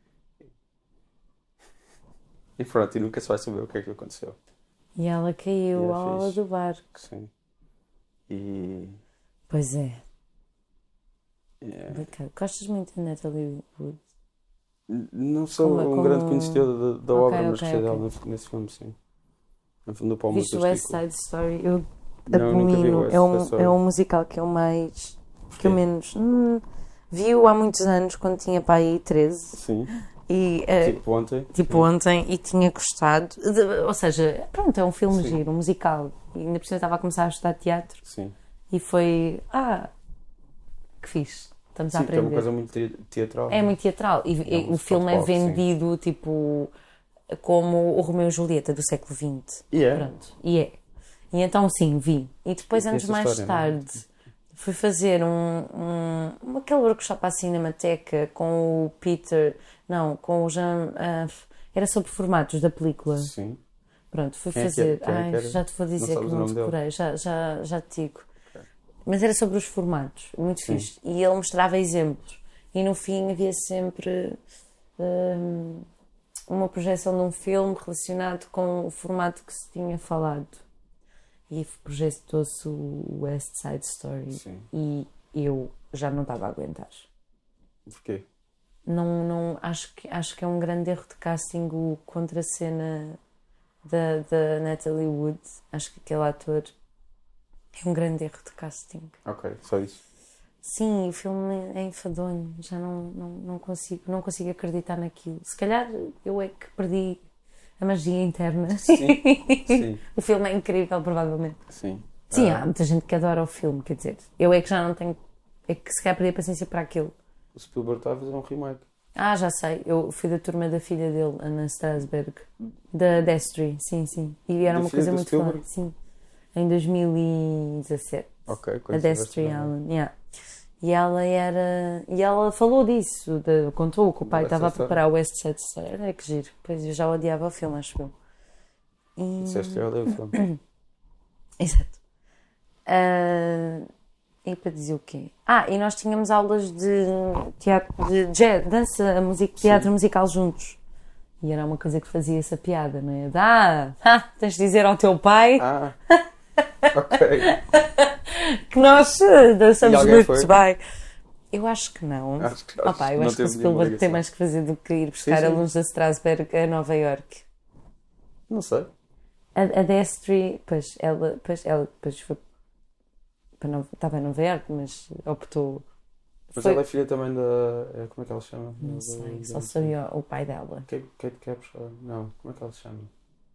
E pronto, e nunca se vai saber o que é que aconteceu. E ela caiu E é à aula fixe. do barco. Sim. E. Pois é. é, Complicado. Gostas muito de Natalie Wood? n- não sou Como- um como- grande conhecedor da, da Ok, obra, mas ok, gostei ok. dela nesse, nesse filme, sim. No filme do Paul Viste o Mazursky. West Side Story? Eu Não, eu nunca vi o abomino. West É Side um, Story. é um musical que eu mais. que eu Porquê? menos. Hum, vi-o há muitos anos, quando tinha para aí treze. Sim. E, eh, Tipo ontem. tipo Sim. ontem, e tinha gostado. De- ou seja, pronto, é um filme Sim. giro, um musical. E ainda por cima estava a começar a estudar teatro. Sim. E foi. Ah, que fixe. Estamos Sim, a porque é uma aprender. coisa muito te- teatral. É muito teatral. E, É e um o filme é spot rock, sim. vendido tipo como o Romeu e Julieta do século vinte. E é. Pronto. E é. E então sim, vi. E depois, E anos essa mais história, não é? tarde, fui fazer um, um aquele workshop à Cinemateca com o Peter. Não, com o Jean. ah, era sobre formatos da película. Sim. Pronto, fui Quem é que fazer. era? Quem é que Ai, era? já te vou dizer sabes que o não nome dele? decorei, já, já, já te digo. Mas era sobre os formatos, muito Sim. fixe. E ele mostrava exemplos. E no fim havia sempre hum, uma projeção de um filme relacionado com o formato que se tinha falado. e projetou-se o West Side Story. Sim. E eu já não estava a aguentar. Porquê? Não, não, acho, que, acho que é um grande erro de casting o contra-cena da, da Natalie Wood. Acho que aquele ator é um grande erro de casting. Ok, só isso. Sim, o filme é enfadonho. Já não, não, não, consigo, não consigo acreditar naquilo. Se calhar eu é que perdi a magia interna. Sim, sim. O filme é incrível, provavelmente. Sim. Sim, Ah, há muita gente que adora o filme, quer dizer, eu é que já não tenho, é que se calhar perdi a paciência para aquilo. o Spielberg está a fazer um remake. Ah, já sei, eu fui da turma da filha dele, Anna Strasberg, da Destry, sim, sim. E era Da uma filha coisa do muito Spielberg? fã, sim. Em dois mil e dezassete. Ok, A quando Destry estiveste lá. Allen, yeah. E ela era. E ela falou disso, de, contou que o pai West estava a Side Story. preparar o West Side Story. É que giro, pois eu já odiava o filme, acho eu. E... Disseste já odeio o filme. Exato. Ah, e para dizer o quê? Ah, e nós tínhamos aulas de teatro, de jazz, dança, música, teatro Sim. musical juntos. E era uma coisa que fazia essa piada, não é? De, ah, ah, tens de dizer ao teu pai Ah, ok. que nós eh, E dançamos alguém muito foi? bem. Eu acho que não. Acho que- Opa, eu não acho que o teve nenhuma Spielberg tem ligação. mais que fazer do que ir buscar sim. alunos da Strasberg a Nova York. Não sei. A, a Destry, pois ela, pois ela depois foi para Nova, estava em Nova York, mas optou. Mas Foi- ela é filha também da. é, Como é que ela se chama? Não Da- sei, da- só sabia o pai dela. Kate, Kate Capshaw? Não, como é que ela se chama?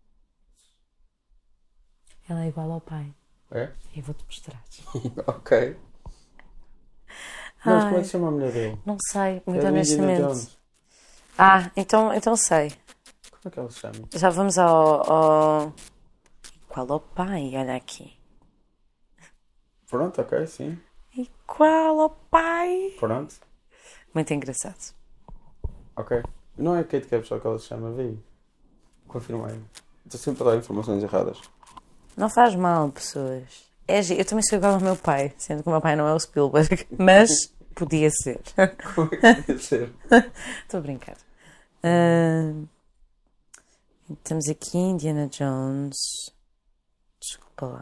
Ela é igual ao pai. É? Eu vou-te mostrar. Ok. Não, mas como é Ai. que se chama a mulher dele? Não sei, É muito do Indiana honestamente. Jones. Ah, então, então sei. Como é que ela se chama? Já vamos ao. ao... Igual ao pai, olha aqui. Pronto, ok, sim. Igual ao pai. Pronto. Muito engraçado. Ok. Não é Kate Capshaw que ela se chama, vê aí. Confirmei. Estou sempre a dar informações erradas. Não faz mal, pessoas. É, gi- eu também sou igual ao meu pai, sendo que o meu pai não é o Spielberg, mas podia ser. Como é que podia ser? Estou a brincar. Ah, temos aqui Indiana Jones. Desculpa lá.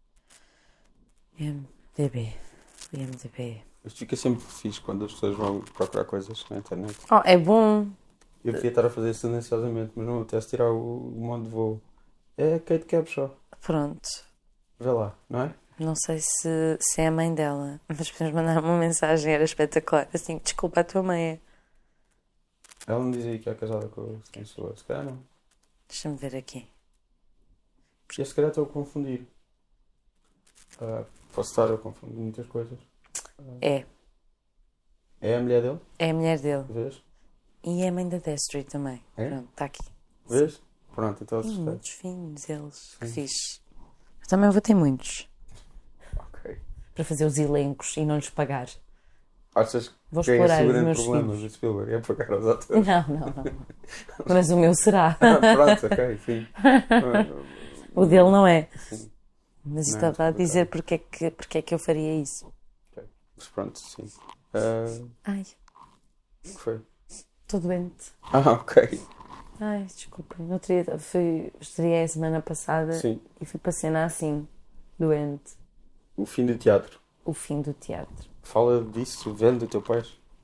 I M D B. I M D B. Isto fica sempre fixe quando as pessoas vão procurar coisas na internet. Oh, é bom. Eu podia estar a fazer isso tendenciosamente, mas não me apetece tirar o, o modo de voo. É Kate Capshaw. Pronto. Vê lá, não é? Não sei se, se é a mãe dela, mas podemos mandar uma mensagem, era espetacular. Assim, desculpa, a tua mãe é. Ela não diz aí que é casada com a pessoa. Se calhar não. Deixa-me ver aqui. Eu se calhar estou a confundir. Ah, posso estar a confundir muitas coisas. É, É a mulher dele? é a mulher dele. Vês? E é a mãe da Destry também. É? Pronto, está aqui. Vês? Pronto, então Tem assustei. muitos filhos eles. Que Sim. fixe. Eu também vou ter muitos. Ok. Para fazer os elencos e não lhes pagar. Achas Vou que é explorar esse o os grande meus problema filhos. do Spielberg? É pagar aos atores? Não, não, não. não. Mas o meu será. Ah, pronto, ok, sim. O dele não é. Sim. Mas Não, estava a desculpa, dizer porque é, que, porque é que eu faria isso. Mas pronto, sim. Ah, Ai, o que foi? estou doente. Ah, ok. Ai, desculpa. No outro dia fui, estreiei a semana passada Sim. e fui para cena assim, doente. O fim do teatro. O fim do teatro. Fala disso, velho, do teu pai.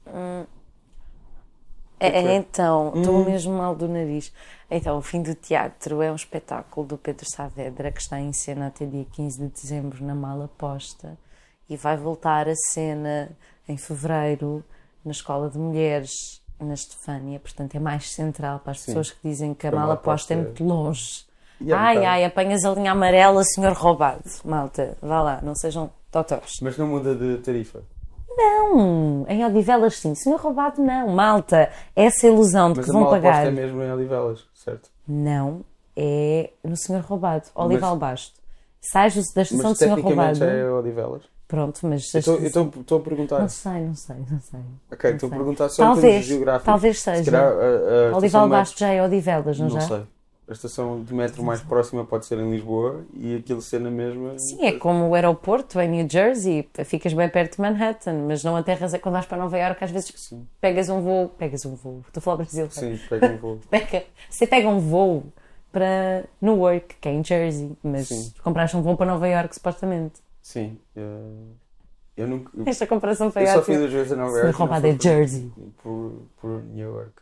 É, Ok. então, estou Hum. mesmo mal do nariz. Então, o Fim do Teatro é um espetáculo do Pedro Saavedra que está em cena até dia quinze de dezembro na Mala Posta e vai voltar a cena em fevereiro na Escola de Mulheres na Estefânia. Portanto, é mais central para as Sim. pessoas que dizem que a Que a Mala Mala Posta é Posta é- muito longe. E é um Ai, bocado. ai, apanhas a linha amarela, senhor roubado. Malta, vá lá, não sejam totós. Mas não muda de tarifa. Não, em Odivelas sim, senhor roubado não. Malta, essa ilusão de Mas que a vão mala pagar. posta é mesmo em Odivelas, certo? Não, é no senhor roubado, Olival Mas- Basto. Sais do- da estação Mas do senhor tecnicamente roubado. já é Odivelas. Pronto, mas... Eu estou a perguntar. Não sei, não sei, não sei. Ok, não estou a sei. perguntar só em termos Talvez, geográficos. talvez Se seja. calhar, a- a estação Olival de metro- Basto já é Odivelas, não, Não já? sei. A estação de metro mais próxima pode ser em Lisboa e aquilo ser na mesma. Sim, é como o aeroporto em New Jersey, ficas bem perto de Manhattan, mas não aterras quando vais para Nova Iorque, às vezes pegas um voo, pegas um voo, estou a falar Brasil, Sim, pega um voo. pega, você pega um voo para Newark, que é em Jersey, mas Sim. compraste um voo para Nova York, supostamente. Sim. Eu, eu nunca. Esta comparação foi Eu só fui ótima. duas vezes a Nova Se York. me roubado não é fui Jersey. Por, por New York.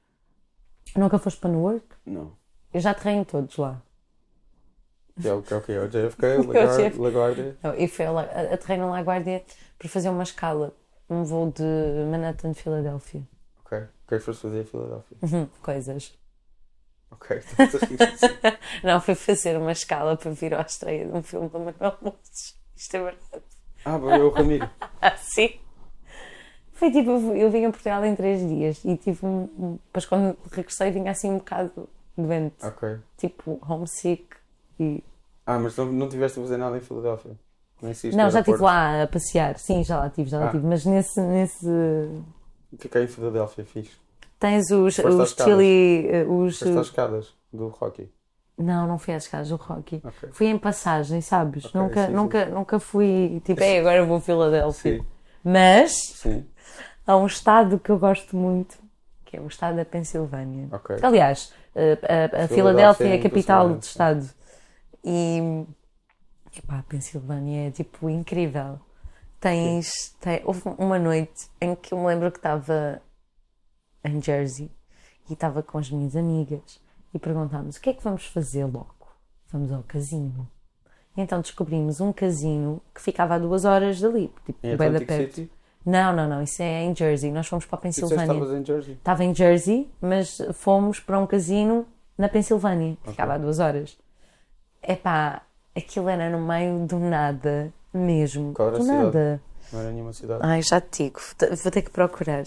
Nunca foste para Newark? Não. Eu já aterrei em todos lá. Que é o que é o que é o J F K, Eu Laguardia. já- Laguardia. Não, e fui a La- a- aterrei na LaGuardia para fazer uma escala, um voo de Manhattan, Filadélfia. Ok. O que é que foste fazer em Filadélfia? Uhum, coisas. Ok. Estás a rir assim. Não, fui fazer uma escala para vir à estreia de um filme do Manuel Mozes. Isto é verdade. Ah, vai ver o Ramiro. Ah, sim. Foi tipo, eu eu vim a Portugal em três dias e tive um, um- depois quando regressei vinha assim um bocado doente, Ok. tipo homesick e... Ah, mas não, não tiveste a fazer nada em Filadélfia? Nem se Não, já estive lá a passear, sim, já lá estive, já lá Ah. estive, mas nesse, nesse Fiquei em Filadélfia, fixe. tens os, Foste às os escadas? chili, eh, os... Foste às escadas do Rocky. Não, não fui às casas do Rocky. Ok. Fui em passagem, sabes? Ok, nunca, sim, nunca, nunca fui, tipo, é, agora vou a Filadélfia. Sim. Mas Sim. há um estado que eu gosto muito, que é o estado da Pensilvânia. Ok. Aliás, a, a- a Filadélfia Filadélfia é é a capital do impressionante. estado. E, epá, a Pensilvânia é, tipo, incrível. Tens, tem, houve uma noite em que eu me lembro que estava em Jersey e estava com as minhas amigas e perguntámos o que é que vamos fazer logo? Vamos ao casino. E então descobrimos um casino que ficava a duas horas dali, tipo, Em bué da Atlantic perto. City? Não, não, não, isso é em Jersey. Nós fomos para a Tu disseste que Pensilvânia. estavas em Jersey? Estava em Jersey, mas fomos para um casino na Pensilvânia, que ficava a duas horas. Epá, aquilo era no meio do nada mesmo. Qual era a do cidade? nada. Não era nenhuma cidade. Ai, já te digo, vou vou ter que procurar.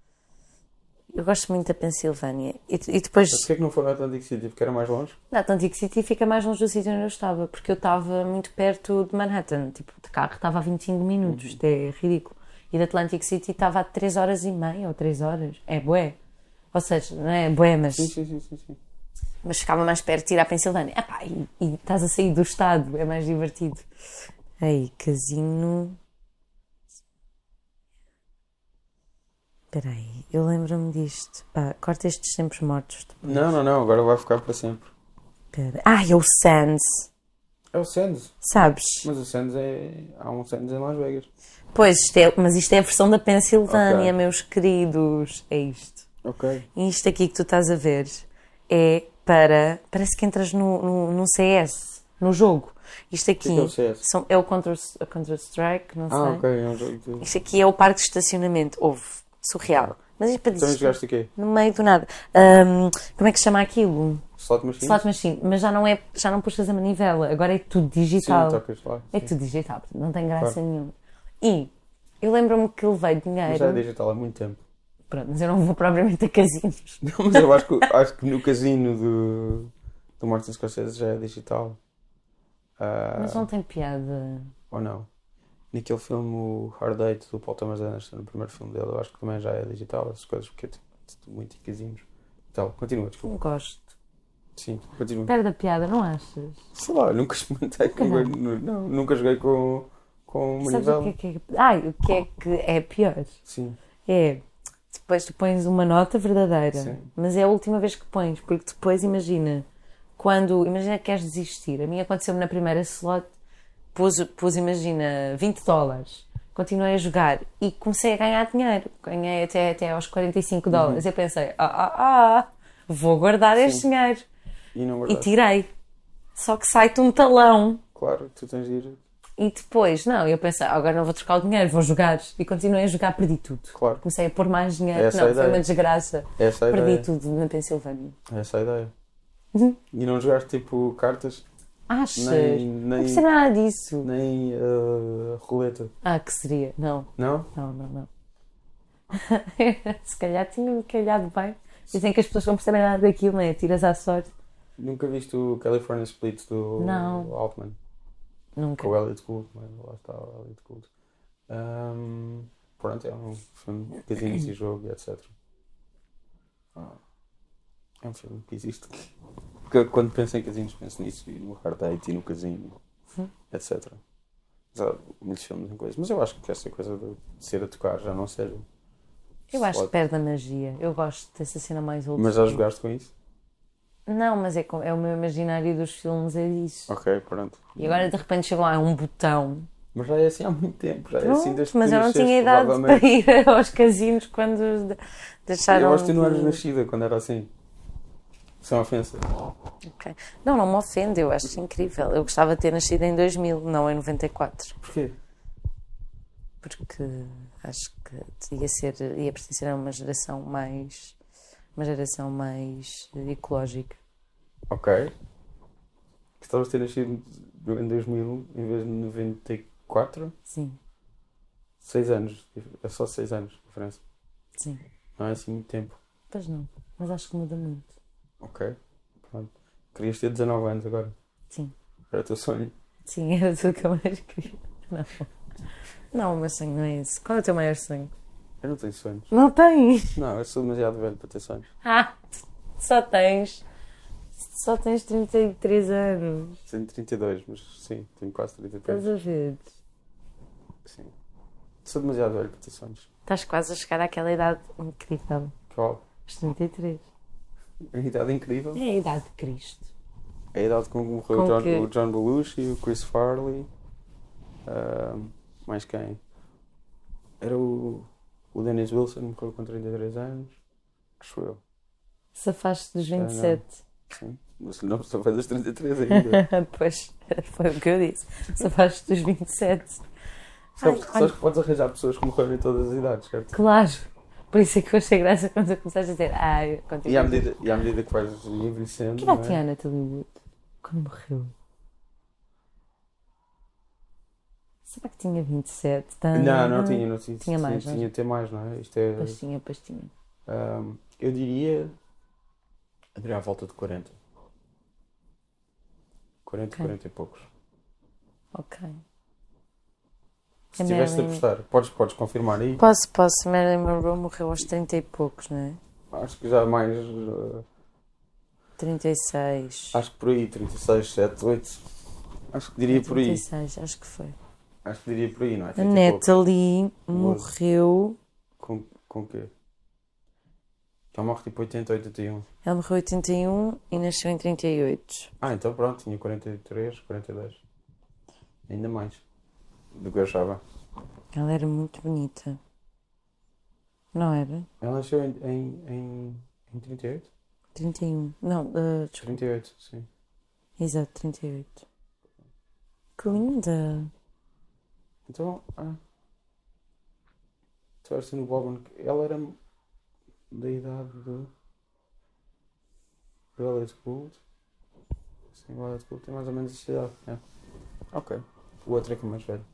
Eu gosto muito da Pensilvânia. E, e depois, Mas porquê que não foi ao Atlantic City? Porque era mais longe? na Atlantic City fica mais longe do sítio onde eu estava, porque eu estava muito perto de Manhattan. Tipo, de carro estava a vinte e cinco minutos, isto é ridículo. E da Atlantic City estava a três horas e meia ou três horas. É bué. Ou seja, não é bué, mas, Sim, sim, sim, sim, sim. mas ficava mais perto de ir à Pensilvânia. Epá, e, e estás a sair do estado, é mais divertido. Ei, casino. Espera aí, eu lembro-me disto. Pá, corta estes tempos mortos. Não, não, não. Agora vai ficar para sempre. Espera. Ah, é o Sands. É o Sands. Sabes? Mas o Sands é... Há um Sands em Las Vegas. Pois, isto é, mas isto é a versão da Pensilvânia, Ok. meus queridos. É isto. Ok. E isto aqui que tu estás a ver é para... Parece que entras no, no, no C S, no jogo. Isto aqui O que é que é o C S? são- é o Counter- a Counter-Strike, não Ah, sei. ok. É um jogo de... Isto aqui é o parque de estacionamento. Houve. Surreal. Mas isto para Então dizer, jogaste o quê? no meio do nada. Ahm, como é que se chama aquilo? Slot Machine? Slot machine. Mas já não é, já não puxas a manivela. Agora é tudo digital. Sim, tocas lá. É sim. tudo digital. portanto Não tem graça Claro. nenhuma. E eu lembro-me que levei Mas dinheiro. já é digital há muito tempo. Pronto, mas eu não vou propriamente a casinos. Não, mas eu acho que, acho que no casino do, do Martin Scorsese já é digital. Ah, Mas não tem piada. Ou não? Naquele filme, o Hard Date, do Paul Thomas Anderson, no primeiro filme dele, eu acho que também já é digital, essas coisas, porque eu tenho muito em casinos. Então, continua, desculpa. Não gosto. Sim, continua. Perde a piada, não achas? Sei lá, nunca experimentei. Nunca Nunca, não. nu- não, nunca joguei com, com Sabes o manivela. que é que é? Ai, o que é que é pior? Sim. É, depois tu pões uma nota verdadeira, Sim. mas é a última vez que pões, porque depois imagina, quando, imagina que queres desistir, a mim aconteceu-me na primeira slot, pus, pus imagina, vinte dólares, continuei a jogar e comecei a ganhar dinheiro, ganhei até, até aos quarenta e cinco dólares, eu pensei, ah, ah, ah, vou guardar este Sim. dinheiro, E não e guardaste. tirei, só que sai-te um talão. Claro, tu tens de ir. E depois, não, eu pensei, "Ah, agora não vou trocar o dinheiro, vou jogar. E continuei a jogar, perdi tudo. Claro. Comecei a pôr mais dinheiro. Essa é não, a foi ideia. uma desgraça. Essa é a Perdi ideia. tudo na Pensilvânia. Essa é a ideia. Uhum. E não jogaste tipo cartas? Achas? Nem, Não nem, percebo nada disso. nem uh, roleta? Ah, que seria? Não, Não? não, não, não. Se calhar tinha-me calhado bem. Dizem que as pessoas não percebem nada daquilo, não é? Tiras à sorte. Nunca viste o California Split do Não. Altman? Nunca. Com o Elliot Gould, mas lá está o Elliot Gould. Um, pronto, é um filme de casinos e jogo e etcétera. Ah, é um filme que existe. Porque quando penso em casinos, penso nisso, e no Hard Date e no casino, Hum. etcétera. Mas há muitos filmes em coisas. Mas eu acho que essa coisa de ser a tocar já não ser. Eu acho que slot. perde a magia. Eu gosto dessa cena mais old Mas já school. jogaste com isso? Não, mas é, com- é o meu imaginário dos filmes, é disso. Ok, pronto. E agora de repente chegam lá um botão. Mas já é assim há muito tempo. Já é assim Pronto, desde que mas tu eu não nasceste, tinha idade para provavelmente. ir aos casinos quando os de- deixaram Eu acho que tu não eras de- nascida quando era assim. Sem ofensa. Ok. Não, não me ofende, eu acho incrível. Eu gostava de ter nascido em dois mil, não em noventa e quatro. Porquê? Porque acho que ia ser, ia pertencer a uma geração mais, uma geração mais ecológica. Ok. Gostavas de ter nascido em dois mil em vez de noventa e quatro? Sim, Seis anos. É só seis anos de diferença. sim. Não é assim muito tempo. Pois não, mas acho que muda muito. Ok. Pronto. Querias ter dezanove anos agora. Sim, Era o teu sonho. sim, era tudo que eu mais queria. Não, não, o meu sonho não é esse. Qual é o teu maior sonho? Eu não tenho sonhos. Não tens. Não, eu sou demasiado velho para ter sonhos. Ah, só tens. Só tens trinta e três anos. Tenho trinta e dois, mas sim, tenho quase trinta e três. Estás a ver? Sim. Sou demasiado velho para ter sonhos. Estás quase a chegar àquela idade incrível. Qual? Os trinta e três. A idade incrível. É a idade de Cristo. É a idade com que morreu Com o John, que- o John Belushi, o Chris Farley. ahm, mais quem? Era o, o Dennis Wilson, morreu com trinta e três anos. Acho eu. Safaste dos não. vinte e sete. Sim. Mas não só faz das trinta e três ainda. Pois, foi o que eu disse. Safaste dos vinte e sete. Sabes, Ai, sabes que podes arranjar pessoas que morreram em todas as idades, certo? Claro. Por isso é que eu achei graça quando tu começaste a dizer. Ai, continua. E à medida, e à medida que vais envelhecendo. Que não idade tinha é? a Natalie Wood quando morreu? Será que tinha vinte e sete? Tá- Não, não tinha, não tinha. Tinha mais, tinha, não é? tinha até mais, não é? Isto é. Pois tinha, pois tinha. ahm, eu diria. Eu diria à volta de quarenta. quarenta, Ok. quarenta e poucos. Ok. Se A tivesse a Marilyn- apostar, podes, podes confirmar aí? Posso, posso. Marilyn Monroe morreu aos trinta e poucos, não é? Acho que já mais. uh, trinta e seis. acho que por aí, trinta e seis, sete, oito. Acho que diria por aí. trinta e seis, acho que foi. Acho que diria por aí, não é? A trinta e poucos. Natalie morreu. Com, com o quê? Já morre tipo oitenta, oitenta e um. Ela morreu em oitenta e um e nasceu em trinta e oito. Ah, então pronto, tinha quarenta e três, quarenta e dois. Ainda mais do que eu achava. Ela era muito bonita. Não era? Ela nasceu em, em, em, em trinta e oito? trinta e um. Não, uh, desculpa. trinta e oito, sim. Exato, trinta e oito. Que linda. Então, ah. Tu eras no Bob. Ela era da idade do. do Elliot Gould. Sim, o Elliot Gould tem mais ou menos essa idade. É. Ok. O outro é que é mais velho.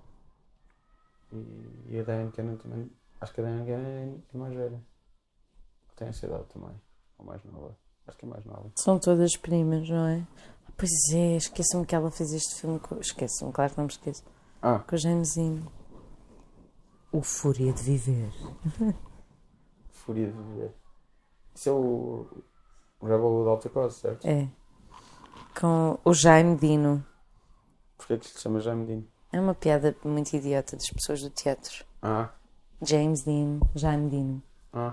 E, e a Diane Cannon também. Acho que a Diane Cannon é, é mais velha. Tem essa idade também. Ou mais nova. Acho que é mais nova. São todas primas, não é? Pois é, esqueço-me que ela fez este filme. Com... Esqueço-me, claro que não me esqueço. Ah, Com o Jamesinho. O Fúria de Viver. Fúria de Viver. Isso é o. O Rebel do Alta Costa, certo? É. Com o Jaime Dino. Porquê é que se chama Jaime Dean? É uma piada muito idiota das pessoas do teatro. Ah, James Dean, Jaime Dino. ah.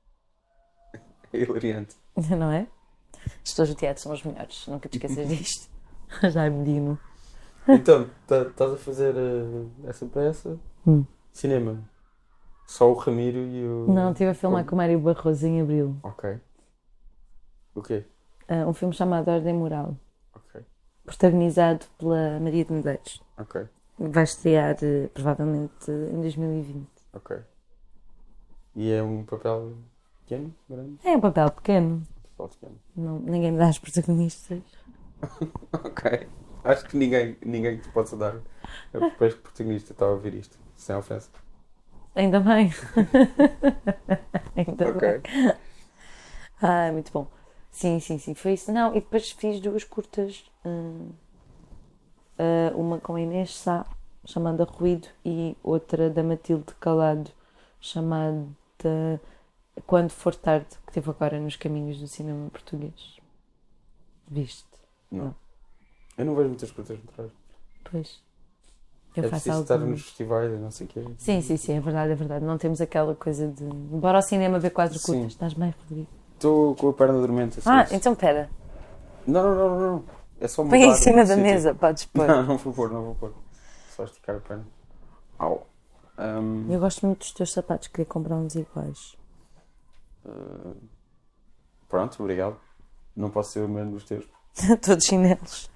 É hilariante. Não é? As pessoas do teatro são as melhores. Nunca te esqueças disto. Jaime Dino. Então, tá- estás a fazer uh, essa peça? Hum. Cinema. Só o Ramiro e o. Não, estive a filmar com o Mário Barroso em Abril. Ok. O quê? Ah, um filme chamado Ordem Moral. Ok. Protagonizado pela Maria de Medeiros. Ok. Vai estrear eh, provavelmente em dois mil e vinte. Ok. E é um papel pequeno? Grande? É um papel pequeno. Papel pequeno. Não, ninguém me dá as protagonistas. Ok. Acho que ninguém, ninguém te pode dar a papel de protagonista está a ouvir isto. Sem ofensa. Ainda bem. Ainda Ok. bem. Ah, muito bom. Sim, sim, sim. Foi isso. Não, e depois fiz duas curtas. hum, ah, uma com a Inês Sá, chamada Ruído, e outra da Matilde Calado, chamada Quando For Tarde, que teve agora nos caminhos do cinema português. Viste? Não. Não. Eu não vejo muitas curtas metragens. Pois. Eu É faço preciso algo. estar nos festivais e não sei o quê. Sim, sim, sim, é verdade, é verdade. Não temos aquela coisa de. Bora ao cinema ver quatro Sim. curtas. Estás bem, Rodrigo? Estou com a perna dormente. Assim, Ah, assim. então pera. Não, não, não, não. É só Põe em mudar cima de da sítio. mesa, podes pôr. Não, não vou pôr, não vou pôr. Só esticar a perna. Au. Um, Eu gosto muito dos teus sapatos, queria comprar uns iguais. uh, pronto, obrigado. Não posso ser o mesmo dos teus. Todos chinelos.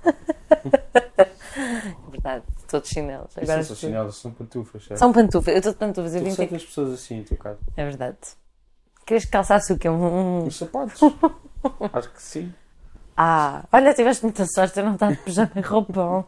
É verdade, todos chinelos. Isso Agora não são tu- chinelos, são pantufas, certo? São pantufas, eu estou de pantufas, eu Tu vim sempre ter... as pessoas assim, em teu caso. É verdade. Querias que calçasse o quê? Um... Os sapatos. Acho que sim. Ah, olha, tiveste muita sorte, eu não estava de pijama e roupão.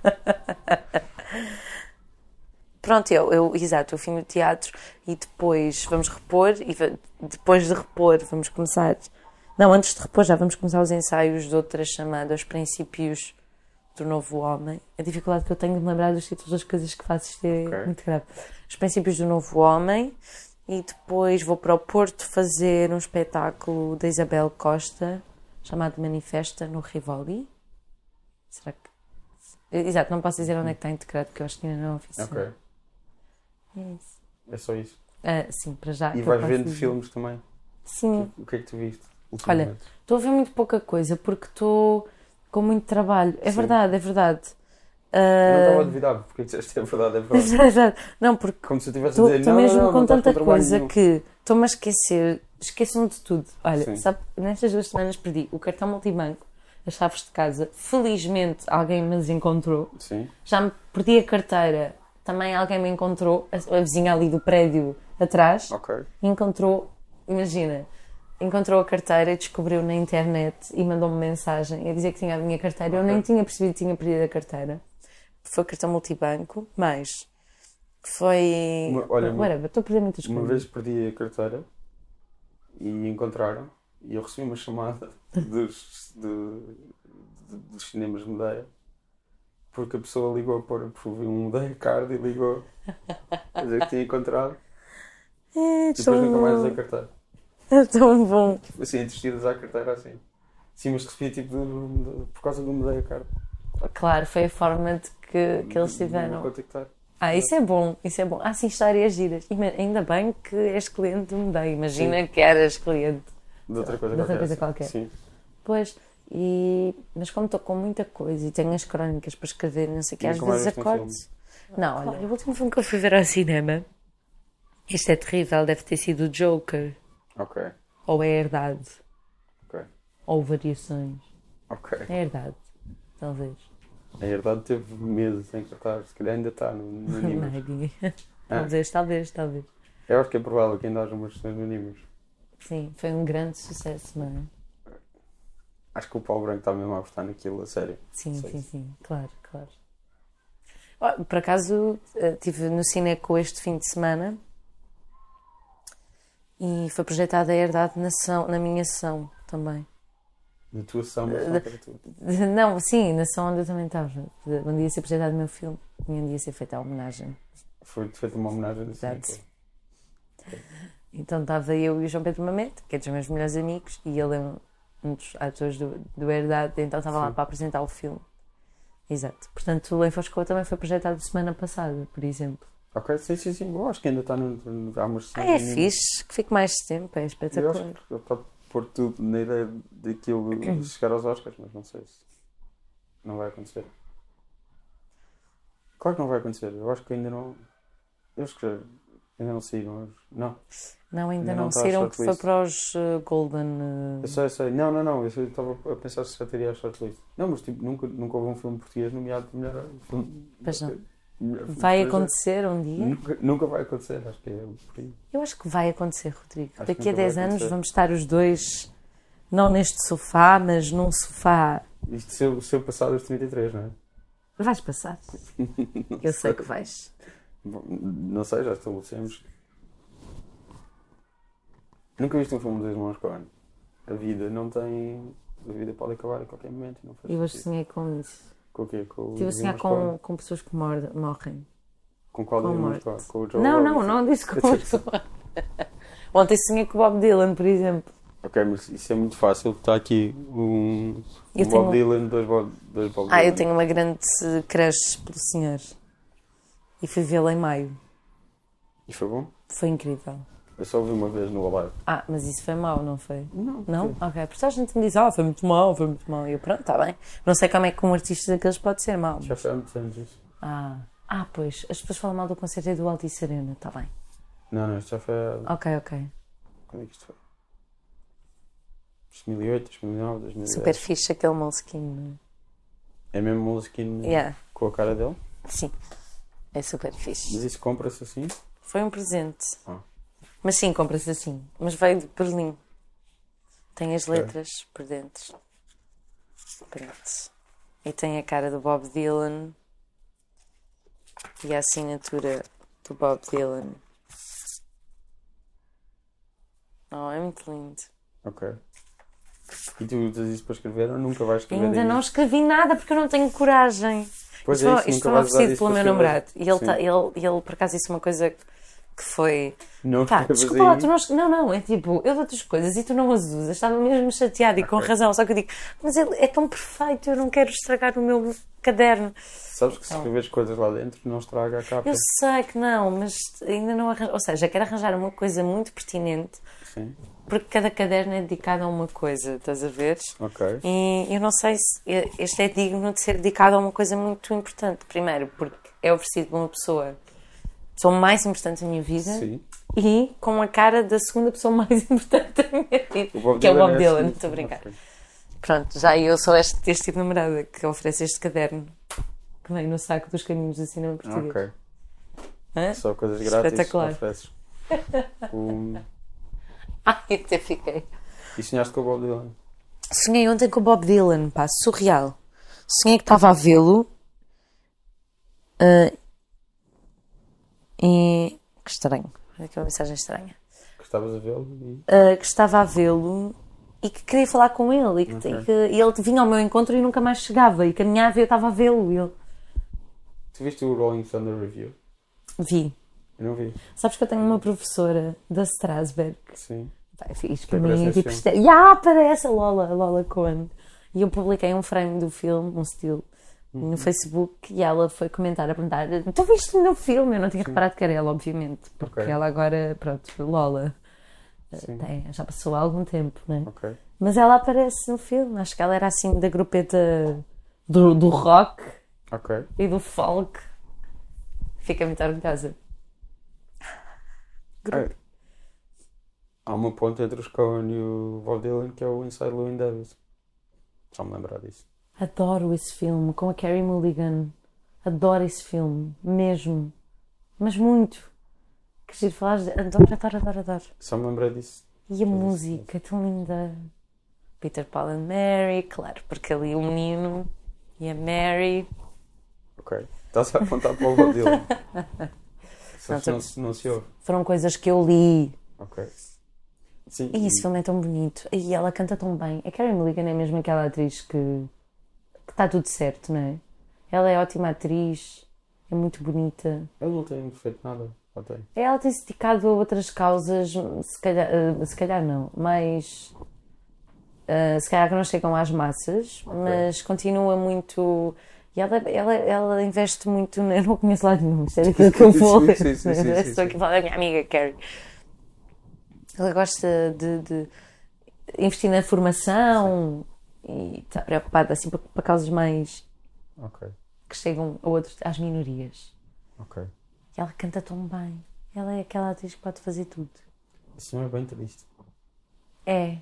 Pronto, eu, eu, exato, eu fui no teatro e depois vamos repor e va- depois de repor vamos começar... Não, antes de repor já vamos começar os ensaios de outra chamada Os Princípios do Novo Homem. A dificuldade que eu tenho de me lembrar dos títulos das coisas que faço, isto é Ok. muito grave. Os Princípios do Novo Homem e depois vou para o Porto fazer um espetáculo da Isabel Costa chamado Manifesta no Rivoli. Será que... Exato, não posso dizer onde é que está integrado porque eu acho que ainda não é oficial. Ok. É isso. É só isso. Ah, sim, para já. E que eu vais posso vendo dizer. filmes também. Sim. O que é que tu viste? Olha, ultimamente? estou a ver muito pouca coisa porque estou com muito trabalho. É Sim. verdade, é verdade. Não Ah, estava a duvidar, porque disseste é verdade, é é verdade. verdade. Não, porque Como se eu estivesse a dizer, estou não, mesmo não, não, com não estás tanta trabalho coisa nenhum. que estou-me a esquecer. Esqueçam de tudo. Olha, Sim. sabe, nestas duas semanas perdi o cartão multibanco, as chaves de casa. Felizmente alguém me as encontrou. Sim. Já me perdi a carteira. Também alguém me encontrou. A, a vizinha ali do prédio atrás. Ok. Encontrou, imagina, encontrou a carteira e descobriu na internet e mandou-me mensagem a dizer que tinha a minha carteira. Eu Ok. nem tinha percebido que tinha perdido a carteira. Foi cartão multibanco, mas foi... Uma- olha, uma- Whatever, estou a perder muitas Uma coisas. vez perdi a carteira e encontraram e eu recebi uma chamada dos, de- de- dos cinemas Medeia porque a pessoa ligou para porque vi um Medeia Card e ligou a dizer que tinha encontrado É e depois nunca mais usei tão, carteira. é tão bom. Assim, entristecidas à carteira assim. Sim, mas recebi tipo de- de- por causa do Medeia Card. Claro, foi a forma de que, que eles De- de me tiveram. contactar. Ah, isso é bom, isso é bom. Ah, sim, histórias giras. Ima- Ainda bem que és cliente do Medei. Imagina que eras cliente. De outra coisa De outra qualquer. coisa sim. qualquer. Sim. Pois, e... mas como estou com muita coisa e tenho as crónicas para escrever, não sei o que, às Nunca mais vezes viste um acordo. Não, olha, o último filme que eu fui ver ao cinema, este é terrível, deve ter sido o Joker, Ok. ou é Herdade, Ok. ou Variações. Ok. É Herdade, talvez. A Herdade teve meses em cartaz, se calhar ainda está no, no Nimas. Maybe. Talvez, talvez, talvez. Eu acho que é provável que ainda haja umas sessões no Nimas. Sim, foi um grande sucesso, não é? Acho que o Paulo Branco está mesmo a apostar naquilo, a sério. Sim, Sei. sim, sim, claro, claro. Ó, por acaso, eh, estive no Cineco este fim de semana e foi projetada a Herdade na, sessão, na minha sessão também. Na tua sessão, mas não para tu. Não, sim, na sessão onde eu também estava. Onde ia ser projetado o meu filme, onde ia ser feita a homenagem. Foi feita uma homenagem assim. Exato. Então estava eu e o João Pedro Mamete, que é dos meus melhores amigos, e ele é um- um dos atores do, do Herdade, então estava lá Sim. para apresentar o filme. Exato. Portanto, o Em Foscoa também foi projetado semana passada, por exemplo. Ok, sim, sim, sim. Eu acho que ainda está no, no, há umas Ah, sessões é no Nimas. fixe, que fique mais tempo, é Eu acho espetacular. que ele está a pôr tudo na ideia daquilo chegar aos Oscars, mas não sei se não vai acontecer. Claro que não vai acontecer. Eu acho que ainda não. Eu acho que já- ainda não saíram. os- Não. Não, ainda Ainda não, não está a saíram, porque foi shortlist. para os uh, Golden. uh, Eu sei, eu sei. Não, não, não. Eu sei- eu estava a pensar se já teria a shortlist. Não, mas tipo, nunca, nunca houve um filme português nomeado para melhor filme. Pois não. melhor filme Vai estrangeiro. acontecer um dia? Nunca, nunca vai acontecer, acho que é por aí. Eu acho que vai acontecer, Rodrigo. Acho que Daqui a nunca vai dez anos acontecer. vamos estar os dois, não neste sofá, mas num sofá. Isto se eu, se eu passar dos trinta e três, não é? Vais passar. Eu sei que vais. Bom, não sei, já estabelecemos. Nunca viste um filme dos irmãos Coen. A vida não tem. A vida pode acabar a qualquer momento. e Não faz Eu hoje sentido. sonhei com isso. Com o quê? Com Estive a os sonhar irmãos Coen? com, com pessoas que mor- morrem. Com qual dos com irmãos Coen? morte. Com o Joe Não, Rogan? não, não disse com Ontem sonhei com o Bob Dylan, por exemplo. Ok, mas isso é muito fácil. Está aqui um, Eu um Bob tenho- Dylan, dois Bob, dois Bob Ah, Dylan. eu tenho uma grande crush pelo senhor. E fui vê-lo em maio. E foi bom? Foi incrível. Eu só ouvi uma vez no Alive. Ah, mas isso foi mau, não foi? Não. Não? Sim. Ok. Porque a gente me diz, ah, foi muito mau, foi muito mau. E eu, pronto, está bem. Não sei como é que um artista daqueles pode ser mau. Já foi há muitos anos isso. Ah, ah, pois. As pessoas falam mal do concerto do Altice Arena, está bem. Não, não, isto já foi há... Ok, ok. Quando é que isto foi? dois mil e oito, dois mil e nove, dois mil e dez. Super fixe aquele Moleskine, não é? É mesmo Moleskine Yeah. com a cara dele? Sim. É super fixe. Mas isso compra-se assim? Foi um presente. Ah. Mas sim, compra-se assim. Mas veio de Berlim. Tem as letras por dentro. Pronto. E tem a cara do Bob Dylan. E a assinatura do Bob Dylan. Oh, é muito lindo. Ok. E tu usas isso para escrever ou nunca vais escrever? Ainda aí? não escrevi nada porque eu não tenho coragem. Pois isto é, foi, isso, isto nunca foi vais usar oferecido isso pelo para meu escrever. namorado. E ele, Sim. tá, ele, ele, por acaso, disse uma coisa que foi... Não Pá, escrevas desculpa lá, aí. tu não, es- não, não, é tipo, eu dou-te as coisas e tu não as usas. Estava mesmo chateada e com Ok. razão. Só que eu digo, mas ele é tão perfeito, eu não quero estragar o meu caderno. Sabes que se escreveres coisas lá dentro não estraga a capa. Eu sei que não, mas ainda não arranjo. Ou seja, quero arranjar uma coisa muito pertinente, Sim. porque cada caderno é dedicado a uma coisa, estás a ver? Ok. E eu não sei se este é digno de ser dedicado a uma coisa muito importante. Primeiro, porque é oferecido por uma pessoa, a pessoa mais importante da minha vida, Sim. e com a cara da segunda pessoa mais importante da minha vida, O Bob que é o Dylan Bob é Dylan. assim. Estou a brincar. Ok. Pronto, já eu sou este, este tipo de namorada que oferece este caderno que vem no saco dos caminhos do cinema português. Ok. Hã? Só coisas grátis Espetacular. ofereces. Um... Ai, eu até fiquei. E sonhaste com o Bob Dylan? Sonhei ontem com o Bob Dylan, pá, surreal. Sonhei que estava a vê-lo. ah, e. Que estranho. Olha aqui uma mensagem estranha. Gostavas de vê-lo? E... Ah, que estava a vê-lo e que queria falar com ele. E, que, Ok. e que e ele vinha ao meu encontro e nunca mais chegava. E caminhava e eu estava a vê-lo. E ele. Tu viste o Rolling Thunder Review? Vi. Eu não vi. Sabes que eu tenho uma professora da Strasberg. Sim. Pá, isto Que para mim aparece é nesse tipo. filme. Isto é, Já aparece a Lola, a Lola Cohen. E eu publiquei um frame do filme, um estilo, Uhum. no Facebook. E ela foi comentar, a perguntar: Tu viste no filme? Eu não tinha reparado que era ela, obviamente. Porque Ok. ela agora, pronto, Lola. Sim. Tem, já passou há algum tempo, não é? Ok. Mas ela aparece no filme. Acho que ela era assim da grupeta do, do rock Ok. e do folk. Fica muito orgulhosa. Ah, há uma ponte entre os Coen e o Bob Dylan que é o Inside Llewyn Davis. Só me lembrar disso. Adoro esse filme com a Carey Mulligan. Adoro esse filme, mesmo. Mas muito. Que giro falar. Adoro, adoro, adoro, adoro. Só me lembrei disso. E a música é tão linda. Peter, Paul and Mary, claro, porque ali o menino e a Mary. Ok. Estás a apontar para o Bob Dylan. Só Não, que tô- não, se- não se ouve. Foram coisas que eu li. Ok. Sim. E esse filme é tão bonito. E ela canta tão bem. A Carey Mulligan é mesmo aquela atriz que que está tudo certo, não é? Ela é ótima atriz, é muito bonita. Ele não tem feito nada. Ou tem? Ela tem se dedicado a outras causas, se calhar, eh, se calhar não, mas eh, se calhar que não chegam às massas, mas continua muito. E ela, ela, ela investe muito. Eu não conheço lá nenhum, isto é daquilo que eu vou. Sim, sim, sim, sim, sim, Estou aqui a falar da minha amiga Carrie. Ela gosta de, de investir na formação e está preocupada assim para, para causas mais Ok. que chegam a outros, às minorias. Ok. E ela canta tão bem. Ela é aquela atriz que pode fazer tudo. Isso não é bem triste. É.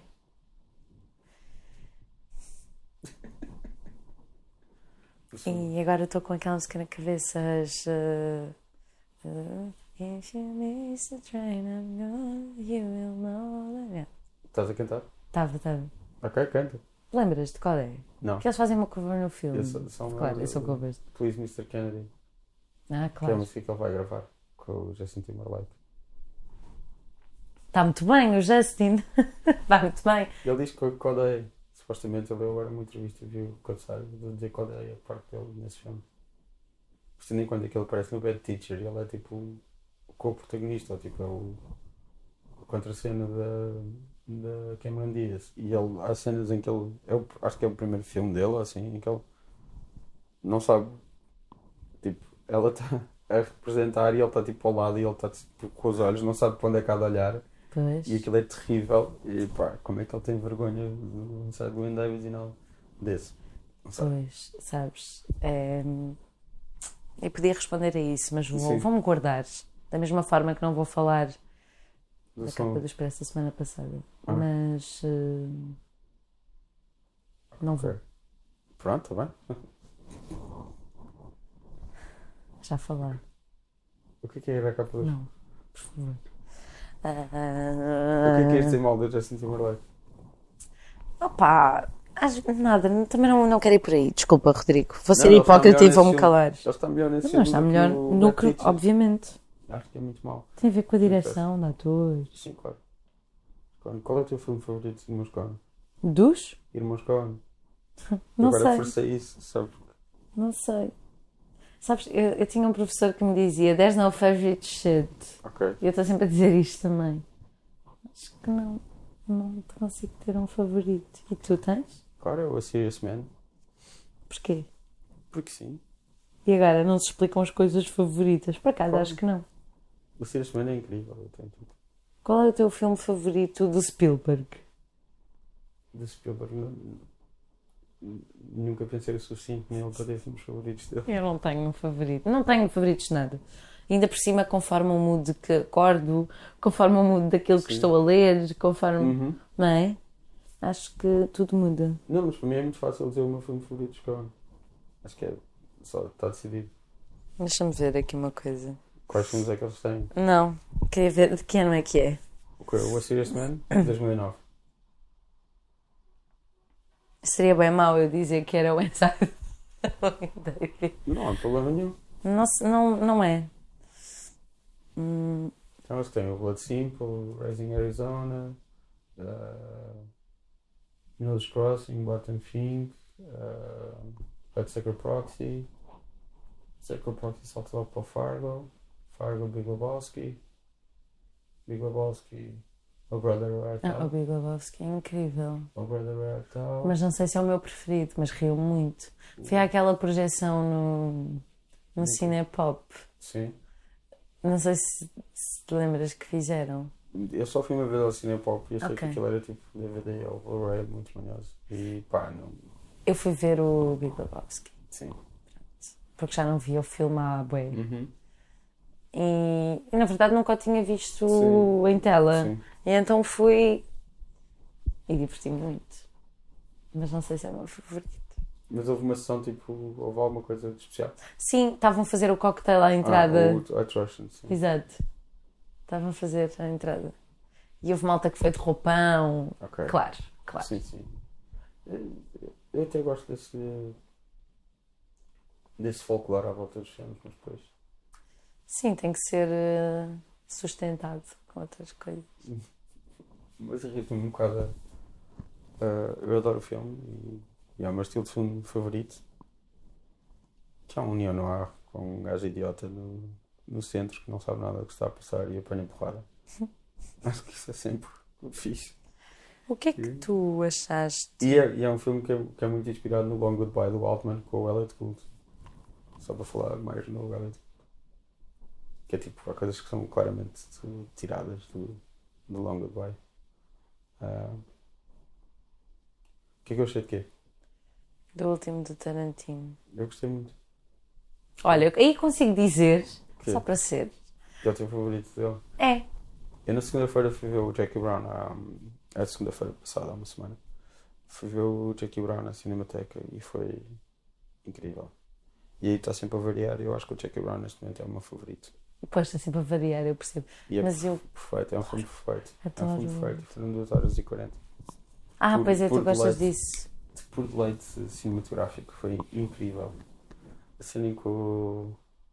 E agora estou com aquela música na cabeça. As, uh, uh, If you miss the train, I'm gone, you will know that. Yeah. Estás a cantar? Estava, estava. Ok, canta. Lembras de qual é? Não. Que eles fazem uma cover no filme. Eu só, só me Claro, lembro eu sou do covers. Please mister Kennedy. Ah, Que é a claro. música que ele vai gravar com o Justin Timberlake. Está muito bem, o Justin. Está muito bem. Ele diz que que odeia. Supostamente ele deu agora uma entrevista, viu o Cotsari, de dizer que odeia a parte dele nesse filme. Mas tendo em conta que ele aparece no Bad Teacher e ele é tipo o co-protagonista, ou tipo é o, o contra-cena da, da Cameron Diaz. E ele, há cenas em que ele, eu acho que é o primeiro filme dele, assim, em que ele não sabe, tipo, ela está a representar e ele está tipo ao lado e ele está tipo, com os olhos, não sabe para onde é que há de olhar. Pois. E aquilo é terrível. E pá, como é que ele tem vergonha do Inside Llewyn Davis e não desse? Não sei. Pois, sabes. É... Eu podia responder a isso, mas vou, Sim. vou-me guardar. Da mesma forma que não vou falar Do da som. capa do Expresso da semana passada. Ah. Mas. eh, não vou. Ok. Pronto, está bem. Já falar. O que é que é a capa do... Não, por favor. O que é que é este mal do Justin Timberlake? Opa, acho- nada, também não, não quero ir por aí. Desculpa, Rodrigo. Vou ser Não, ele está hipócrita melhor e vou-me nesse calar. Ele está melhor nesse Não, filme está do que melhor no no Black que, Richard. obviamente. Acho que é muito mau. Tem a ver com a Sim, direção de atores. Sim, claro. Qual é o teu filme favorito de Irmãos Coen? Dos? Irmãos Coen. Não Agora sei. forcei isso, sabe? Não sei. Sabes, eu, eu tinha um professor que me dizia there's no favorite shit. Ok. E eu estou sempre a dizer isto também. Acho que não. Não consigo ter um favorito. E tu tens? Claro, é o A Serious Man. Porquê? Porque sim. E agora não se explicam as coisas favoritas? Por acaso Claro. acho que não. O Serious Man é incrível. Eu tenho tudo. Qual é o teu filme favorito do Spielberg? De Spielberg, não- nunca pensei o suficiente nele para ter filmes favoritos dele. Eu não tenho um favorito. Não tenho favoritos de nada. Ainda por cima, conforme o mood que acordo, conforme o mood daquilo que Sim. estou a ler, conforme. Uhum. Não é? Acho que tudo muda. Não, mas para mim é muito fácil dizer o meu filme favorito de Coen. Acho que é. Só está decidido. Deixa-me ver aqui uma coisa. Quais filmes é que eles têm? Não, queria ver de que ano é que é. O que? O A Serious Man? dois mil e nove. Seria bem mau eu dizer que era o Inside Llewyn Davis. Não há problema nenhum. Não, se- não, não é. Hum, Então eles têm o Blood Simple, Raising Arizona, uh, Miller's Crossing, Bottom Fink, uh, Red Sacred Proxy, Sacred Proxy salta logo para o Fargo, Fargo Big Lebowski, Big Lebowski, O Brother Where Art ah, o Thou, Big Lebowski é incrível. O Brother Where Art Thou. Mas não sei se é o meu preferido, mas rio muito. Foi àquela projeção no, no Cinepop. Sim. Não sei se, se te lembras que fizeram. Eu só fui uma vez ao Cinepop e achei Ok. que aquilo era tipo D V D ou Blu-ray muito manhoso. E pá, não. Eu fui ver o Big Lebowski, Sim. porque já não via o filme há bué. Uhum. E, e, na verdade nunca o tinha visto Sim. em tela. Sim. E então fui e diverti-me muito. Mas não sei se é o meu favorito. Mas houve uma sessão tipo, houve alguma coisa de especial? Sim, estavam a fazer o cocktail à entrada. Ah, o White Russian, sim. Exato. Estavam a fazer a entrada. E houve malta que foi de roupão. Ok. Claro, claro. Sim, sim. Eu, eu até gosto desse, desse folclore à volta dos filmes, mas depois. Sim, tem que ser eh, sustentado com outras coisas. Mas irrita-me um bocado. Uh, eu adoro o filme e, e é o meu estilo de filme favorito. Que é um neo-noir com um gajo idiota no, no centro que não sabe nada do que está a passar e apanha porrada. Acho que isso é sempre fixe. O que é que tu achaste? E é, e é um filme que é, que é muito inspirado no Long Goodbye do Altman com o Elliot Gould. Só para falar mais no Elliot Gould. Que é tipo, há coisas que são claramente tiradas do, do Long Goodbye. Uh, o que é que eu achei de quê? Do último do Tarantino. Eu gostei muito. Olha, aí consigo dizer, Que só para ser. é o teu favorito dele. É. Eu na segunda-feira fui ver o Jackie Brown, um, a segunda-feira passada, há uma semana. Fui ver o Jackie Brown na Cinemateca e foi incrível. E aí está sempre a variar e eu acho que o Jackie Brown neste momento é o meu favorito. Depois está sempre a variar, eu percebo. E é Mas eu. perfeito, é um filme perfeito. É um Adoro. filme perfeito, foram duas horas e quarenta. Ah, Por- pois é, tu por gostas deleite. disso. De puro deleite cinematográfico, foi incrível. A cena em que o,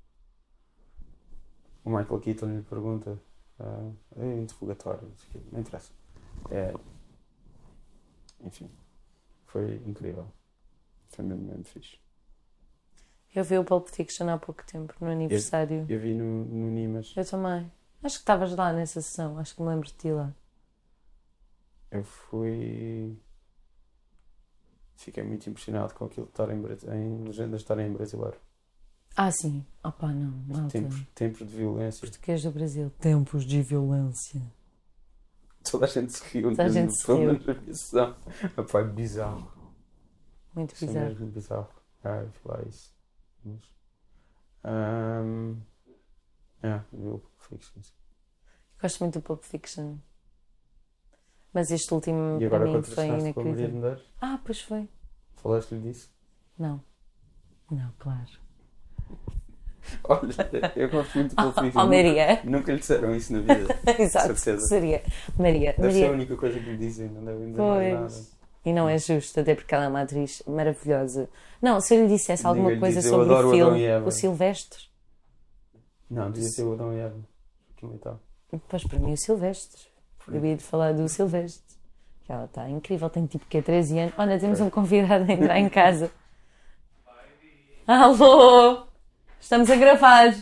o Michael Keaton lhe pergunta, ah, é interrogatório, não sei o quê, não interessa. É, enfim, foi incrível. Foi mesmo, mesmo fixe. Eu vi o Pulp Fiction há pouco tempo, no aniversário. Eu vi no, no Nimas, Eu também. Acho que estavas lá nessa sessão, acho que me lembro de ti lá. eu fui. Fiquei muito impressionado com aquilo de estar em, bra- em legendas estarem em brasileiro. Ah, sim. Opa, não, malta. Tempos, tempos de violência. Português do Brasil. Tempos de violência. Toda a gente se riu. Toda a gente se riu. Na minha sessão. Epá, é bizarro. Muito Isso é bizarro. mesmo bizarro. Ah, falar isso. Mas... Um... É, viu Pulp Fiction. Gosto muito do Pulp Fiction. Mas este último E para agora mim foi contrastaste com a Maria de inacreditável. Medeiros? Ah, pois foi. Falaste-lhe disso? Não. Não, claro. Olha, eu gosto muito do Pulp Fiction. Oh, Maria. Nunca, nunca lhe disseram isso na vida. Exato. Certeza. Seria. Maria. Deve ser Maria. a única coisa que lhe dizem, não devem dizer mais nada. Pois. E não é justo, até porque ela é uma atriz maravilhosa. Não, se eu lhe dissesse alguma Ninguém lhe coisa diz, eu sobre adoro o o Adão filme, e Eva. o Silvestre. Não, devia ser o Adão e Eva. Que tal. Pois, para mim, o Silvestre. Proibido de falar do Silvestre. Que ela está incrível, tem tipo que é treze anos. Olha, temos um convidado a entrar em casa. Alô! Estamos a gravar.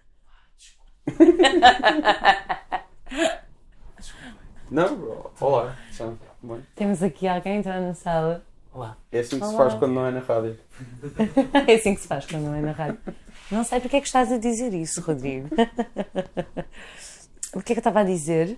Não, olá. São, bom. Temos aqui alguém a entrar na sala. Olá. É assim que se Olá. faz quando não é na rádio. É assim que se faz quando não é na rádio. Não sei porque é que estás a dizer isso, Rodrigo. O que é que eu estava a dizer?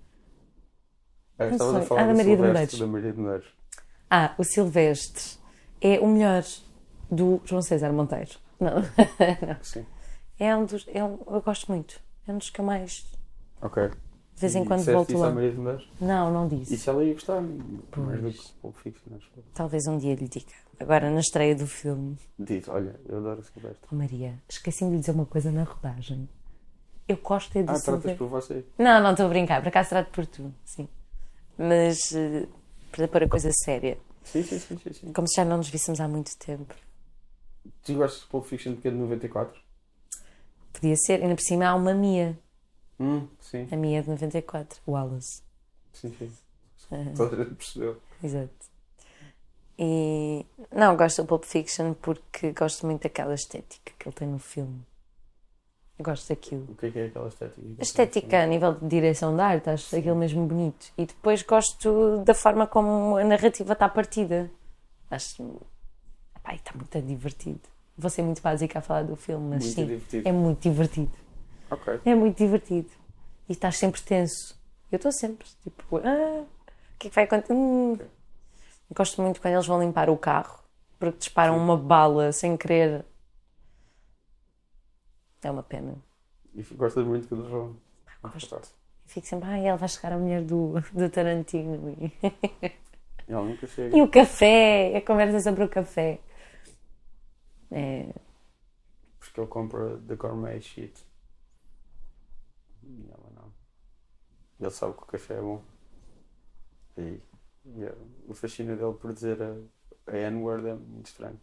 É, Não estavas a sei. falar Ah, da do Maria de Silvestre, Medeiros. da Maria de Medeiros. Ah, o Silvestre é o melhor do João César Monteiro. Não. Não. Sim. É um dos. É um, eu gosto muito. É um dos que eu mais. Ok. De vez em E quando disseste volto isso lá. à Maria de Medeiros? Não, não disse. Isso ela ia gostar. Mais do Pois. que Pulp Fiction, acho eu. Talvez um dia lhe diga. Agora, na estreia do filme. Diz, olha, eu adoro o Silvestre. Oh, Maria, esqueci-me de lhe dizer uma coisa na rodagem. Eu gosto é do Ah, tratas Silvestre. por você. Não, não estou a brincar. Por acaso trato por tu, sim. Mas eh, para pôr a coisa séria. Sim, sim, sim, sim, sim. Como se já não nos víssemos há muito tempo. Tu gostas de Pulp Fiction porque é de noventa e quatro? Podia ser. Ainda por cima há uma Mia. Hum, sim. A Mia é de noventa e quatro. Wallace. Sim, sim. Ah, Toda a gente percebeu. exato. E não, gosto do Pulp Fiction porque gosto muito daquela estética que ele tem no filme. Eu gosto daquilo. O que é que é aquela estética? A estética a nível de direção de arte, acho aquilo mesmo bonito. E depois gosto da forma como a narrativa está partida. Acho. Epá, está muito divertido. Vou ser muito básica a falar do filme, mas Muito sim, divertido. é muito divertido. Ok. É muito divertido. E estás sempre tenso. Eu estou sempre, tipo, ah, o que é que vai acontecer? Hum. Gosto muito quando eles vão limpar o carro, porque disparam Sim. uma bala sem querer. É uma pena. E gostas muito que eles vão. Gosto. Eu fico sempre, ah, ela vai chegar a mulher do, do Tarantino. E... Ela nunca chega. e o café, a conversa sobre o café. É, Porque ele compra the gourmet shit. E ela não. Ele sabe que o café é bom. E, e é- o fascínio dele por dizer a, a N-word é muito estranho.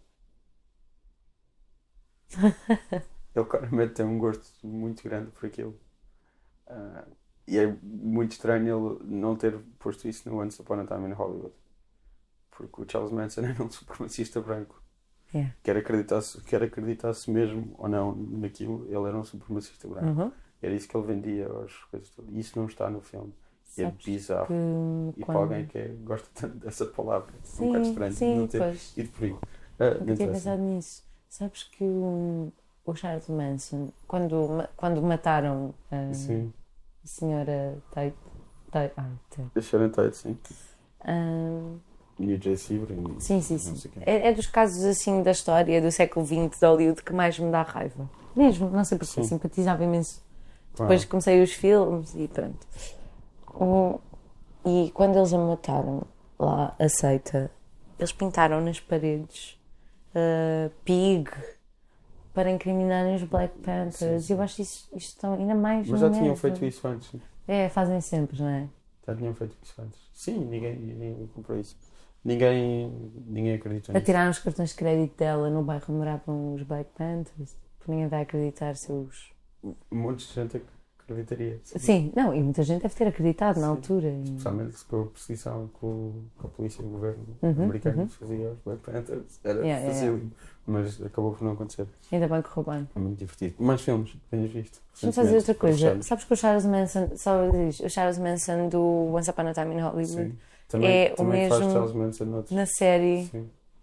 Ele claramente tem um gosto muito grande por aquilo. Ah, e é muito estranho ele não ter posto isso no Once Upon a Time in Hollywood. Porque o Charles Manson era um supremacista branco. é. Quer acreditasse, quer acreditasse mesmo ou não naquilo, ele era um supremacista branco. Uhum. Era isso que ele vendia às coisas todas. E isso não está no filme. E é Sabes bizarro. que E para quando- alguém que é- gosta tanto dessa palavra, é um Sim, bocado estranho de sim, não ter pois. ido por aí. Ah, Nunca não tinha interessa. pensado nisso. Sabes que o, o Charles Manson, quando, ma- quando mataram a, Sim, a senhora Tate, Tate, ai, Tate, a Sharon Tate, sim. ah, E o Jay Sebring. sim, sim, não sim. sei quem. É, é dos casos assim da história do século vinte de Hollywood que mais me dá raiva. Mesmo, não sei porquê, Sim. simpatizava imenso. Claro. Depois comecei os filmes e pronto. Um, e quando eles a mataram lá, a seita, eles pintaram nas paredes uh, Pig para incriminarem os Black Panthers. Sim, sim. Eu acho isso, isto tão, ainda mais Mas já merda. tinham feito isso antes. É, fazem sempre, não é? Já tinham feito isso antes. Sim, ninguém, ninguém comprou isso. Ninguém, ninguém acredita nisso. Atiraram os cartões de crédito dela no bairro onde moravam os Black Panthers. Porque ninguém vai acreditar seus... Um monte de gente acreditaria. Sim, não, e muita gente deve ter acreditado na Sim. altura. E... Especialmente com a perseguição com, com a polícia e o governo Uhum, americano uhum. que fazia os Black Panthers. Era Yeah, yeah, facílimo. Mas acabou por não acontecer. Ainda bem que correu bem. É muito divertido. Mais filmes que tenhas visto? Deixa-me fazer outra recentemente, coisa. fechados? Sabes que o Charles Manson, só diz, o Charles Manson do Once Upon a Time in Hollywood, Sim. Também, é o também faz mesmo Charles Manson noutros. na série Sim.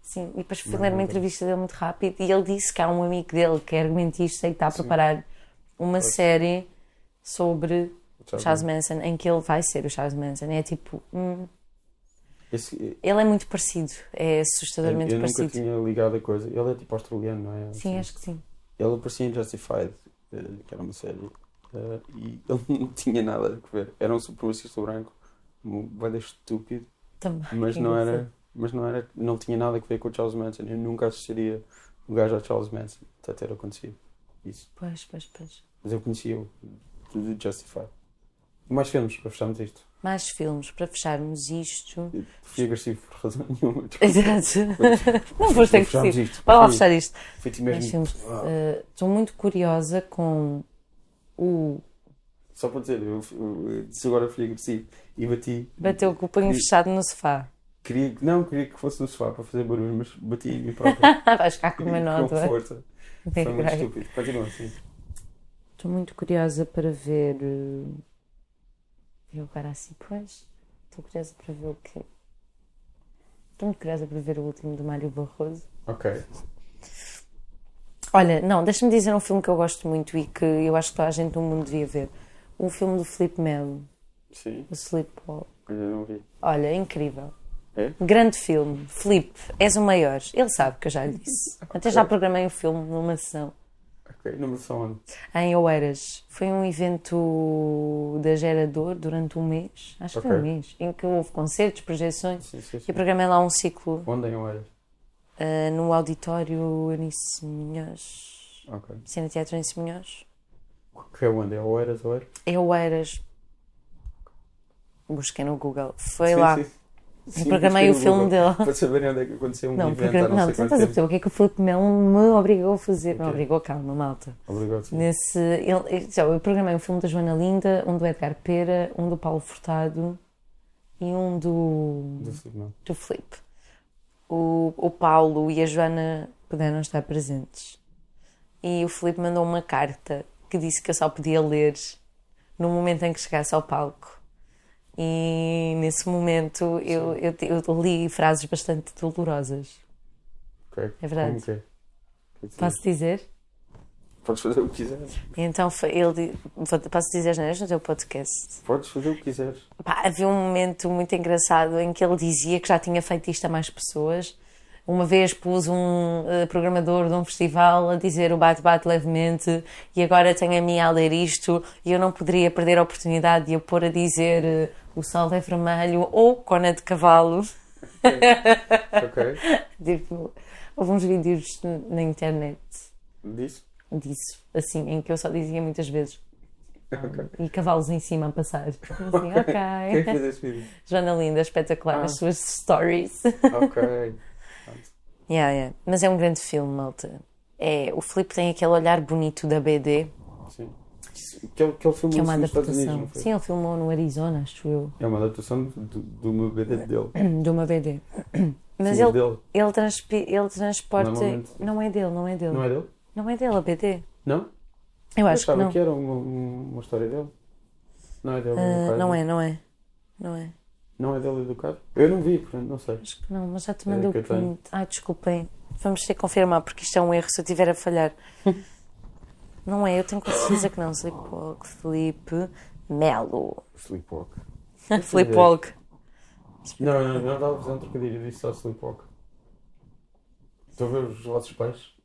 Sim, e depois fui Mas ler não uma é. entrevista dele muito rápido e ele disse que há um amigo dele que é argumentista e que está a preparar uma Pois. série sobre o Charles Charles Manson, em que ele vai ser o Charles Manson. É tipo, hum, Esse, ele é muito parecido, é eu, assustadormente eu nunca parecido. tinha ligado a coisa. Ele é tipo australiano, não é? Sim, Assim. acho que sim. Ele aparecia em Justified, eh, que era uma série, eh, e ele não tinha nada a ver. Era um supremacista branco, um bué estúpido, Também. mas não era, mas não era, não tinha nada a ver com o Charles Manson. Eu nunca assistiria o gajo ao Charles Manson, até ter acontecido isso. Pois, pois, pois. Mas eu conhecia-o, do Justified. E mais filmes, para fecharmos isto. Mais filmes, para fecharmos isto. Eu fui agressivo por razão nenhuma. Exato. Não foste Para fecharmos agressivo. isto. Vai lá Foi- fechar isto. Foi tipo Mais mesmo. filmes. Ah. Eh, Estou muito curiosa com o. Só para dizer, eu, eu, eu disse agora fui agressivo e bati. Bateu com o punho Queria- fechado no sofá. Queria, não, queria que fosse no sofá para fazer barulho, mas bati em mim próprio. Vais ficar com uma com nódoa. força. Foi muito estúpido. Continua assim. Estou muito curiosa para ver. eh, Eu agora assim, pois. Estou curiosa para ver o quê? Estou muito curiosa para ver o último do Mário Barroso. Ok. Olha, não, deixa-me dizer um filme que eu gosto muito e que eu acho que toda a gente no mundo devia ver. Um filme do Filipe Melo, Sim, o Sleepwalk. ainda não vi. Olha, é incrível. É? Grande filme. Filipe, és o maior. Ele sabe que eu já lhe disse. Até já programei o filme numa sessão. Ok, número só onde? Em Oeiras. Foi um evento da Gerador durante um mês. Acho que foi um Ok. mês. Em que houve concertos, projeções. Sim, sim, E sim. eu programei lá um ciclo Onde em Oeiras? ah, no auditório Anice Munhoz. Ok. Cena Teatro Anice Munhoz. Que é onde? É Oeiras, Oeiras? É Oeiras. Busquei no Google. Foi Sim, lá. sim. Sim, Programei o busquei no filme Google dele. Para saberem onde é que aconteceu um Não, evento program... há não, não, sei tu quanto estás a tempo. perceber o que é que o Filipe Melo me obrigou a fazer. O Não quê? obrigou, calma, malta. Obrigado, sim. Nesse, ele, eu programei um filme da Joana Linda, um do Edgar Pera, um do Paulo Furtado e um do, Do Filipe Melo. do Filipe. O, o Paulo e a Joana puderam estar presentes. E o Filipe mandou uma carta que disse que eu só podia ler no momento em que chegasse ao palco. E nesse momento eu, eu, eu li frases bastante dolorosas. Ok. É verdade. Como que é? Que que Posso dizer? Podes fazer o que quiseres. Então foi- ele di- vou- posso dizer as neiras no teu podcast. Podes fazer o que quiseres. Pá, havia um momento muito engraçado em que ele dizia que já tinha feito isto a mais pessoas. Uma vez pus um eh, programador de um festival a dizer o bate-bate levemente e agora tenho a mim a ler isto e eu não poderia perder a oportunidade de eu pôr a dizer eh, o sol é vermelho ou cona de cavalo. Ok. Tipo, houve uns vídeos n- na internet Disso? disso, assim, em que eu só dizia muitas vezes Ok. e cavalos em cima a passar. Assim, Quem ok. fez esse vídeo? Joana Linda, espetacular, Ah. as suas stories. Ok. Yeah, yeah. Mas é um grande filme, malta. É, o Filipe tem aquele olhar bonito da B D, Sim. Aquele, aquele filme que é uma nos Estados Unidos, adaptação. não foi? Sim, ele filmou no Arizona, acho eu, É uma adaptação de, de, de uma B D dele. de uma B D. Mas Sim, ele, dele. ele, transpi- ele transporta. Normalmente- Não é dele, não é dele. Não é dele? Não é dele a B D. Não? Eu acho que achava não. que era uma, uma história dele. Não é dele Ah, educado? não é, não é. Não é. Não é dele educado? Eu não vi, portanto, não sei. Acho que não, mas já te É mandei que o eu tenho. print. Ai, desculpem. Vamos ter que confirmar, porque isto é um erro se eu estiver a falhar. Não é, eu tenho certeza que não. Sleepwalk, Felipe Melo. Sleepwalk. Flipwalk. Não, não, não estava a fazer um trocadilho, eu disse só Sleepwalk. Estou a ver os vossos pais?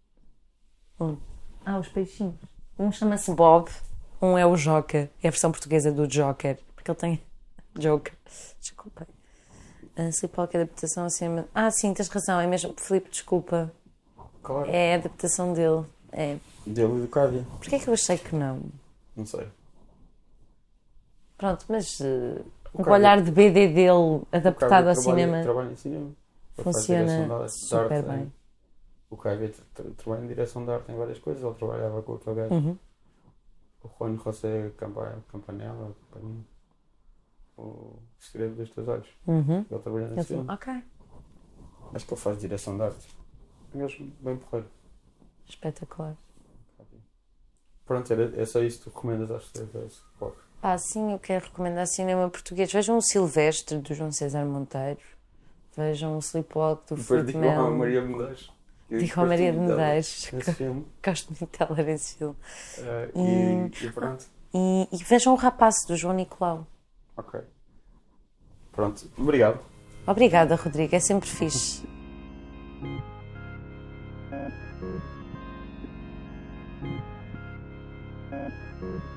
Ah, os peixinhos. Um chama-se Bob, um é o Joker. É a versão portuguesa do Joker. Porque ele tem. Joker. Desculpem. Uh, Sleepwalk é a adaptação acima. Ah, sim, tens razão. É mesmo. Felipe, desculpa. Claro. É a adaptação dele. É. Dele educado. Porquê é que eu achei que não? Não sei. Pronto, mas. Uh, O um Cádio- olhar de B D dele O adaptado Cádio ao trabalha- cinema Trabalha em cinema. Ele faz funciona direção de arte- de super arte bem. em- O Caio tra- trabalha em direção de arte em várias coisas. Ele trabalhava com aquele gajo. Uhum. O Juan José Campa- Campanella. Campanella, o Segredo dos Teus Olhos. Uhum. Ele trabalha Ele nesse falou, filme. ok, Acho que ele faz direção de arte. É mesmo bem porreiro. espetacular. Pronto, era, é só isso que tu recomendas às pessoas. Pá, sim, eu quero recomendar cinema português. Vejam o Silvestre, do João César Monteiro. Vejam o Sleepwalk do Depois Fruit digam à Melon. Maria de Medeiros. Eu Digo à gosto Maria de muito dela Medeiros. nesse filme. Gosto muito dela nesse filme. Uh, e, e pronto. E, e vejam o Rapaço do João Nicolau. Ok. Pronto. Obrigado. Obrigada, Rodrigo. É sempre fixe. Thank you.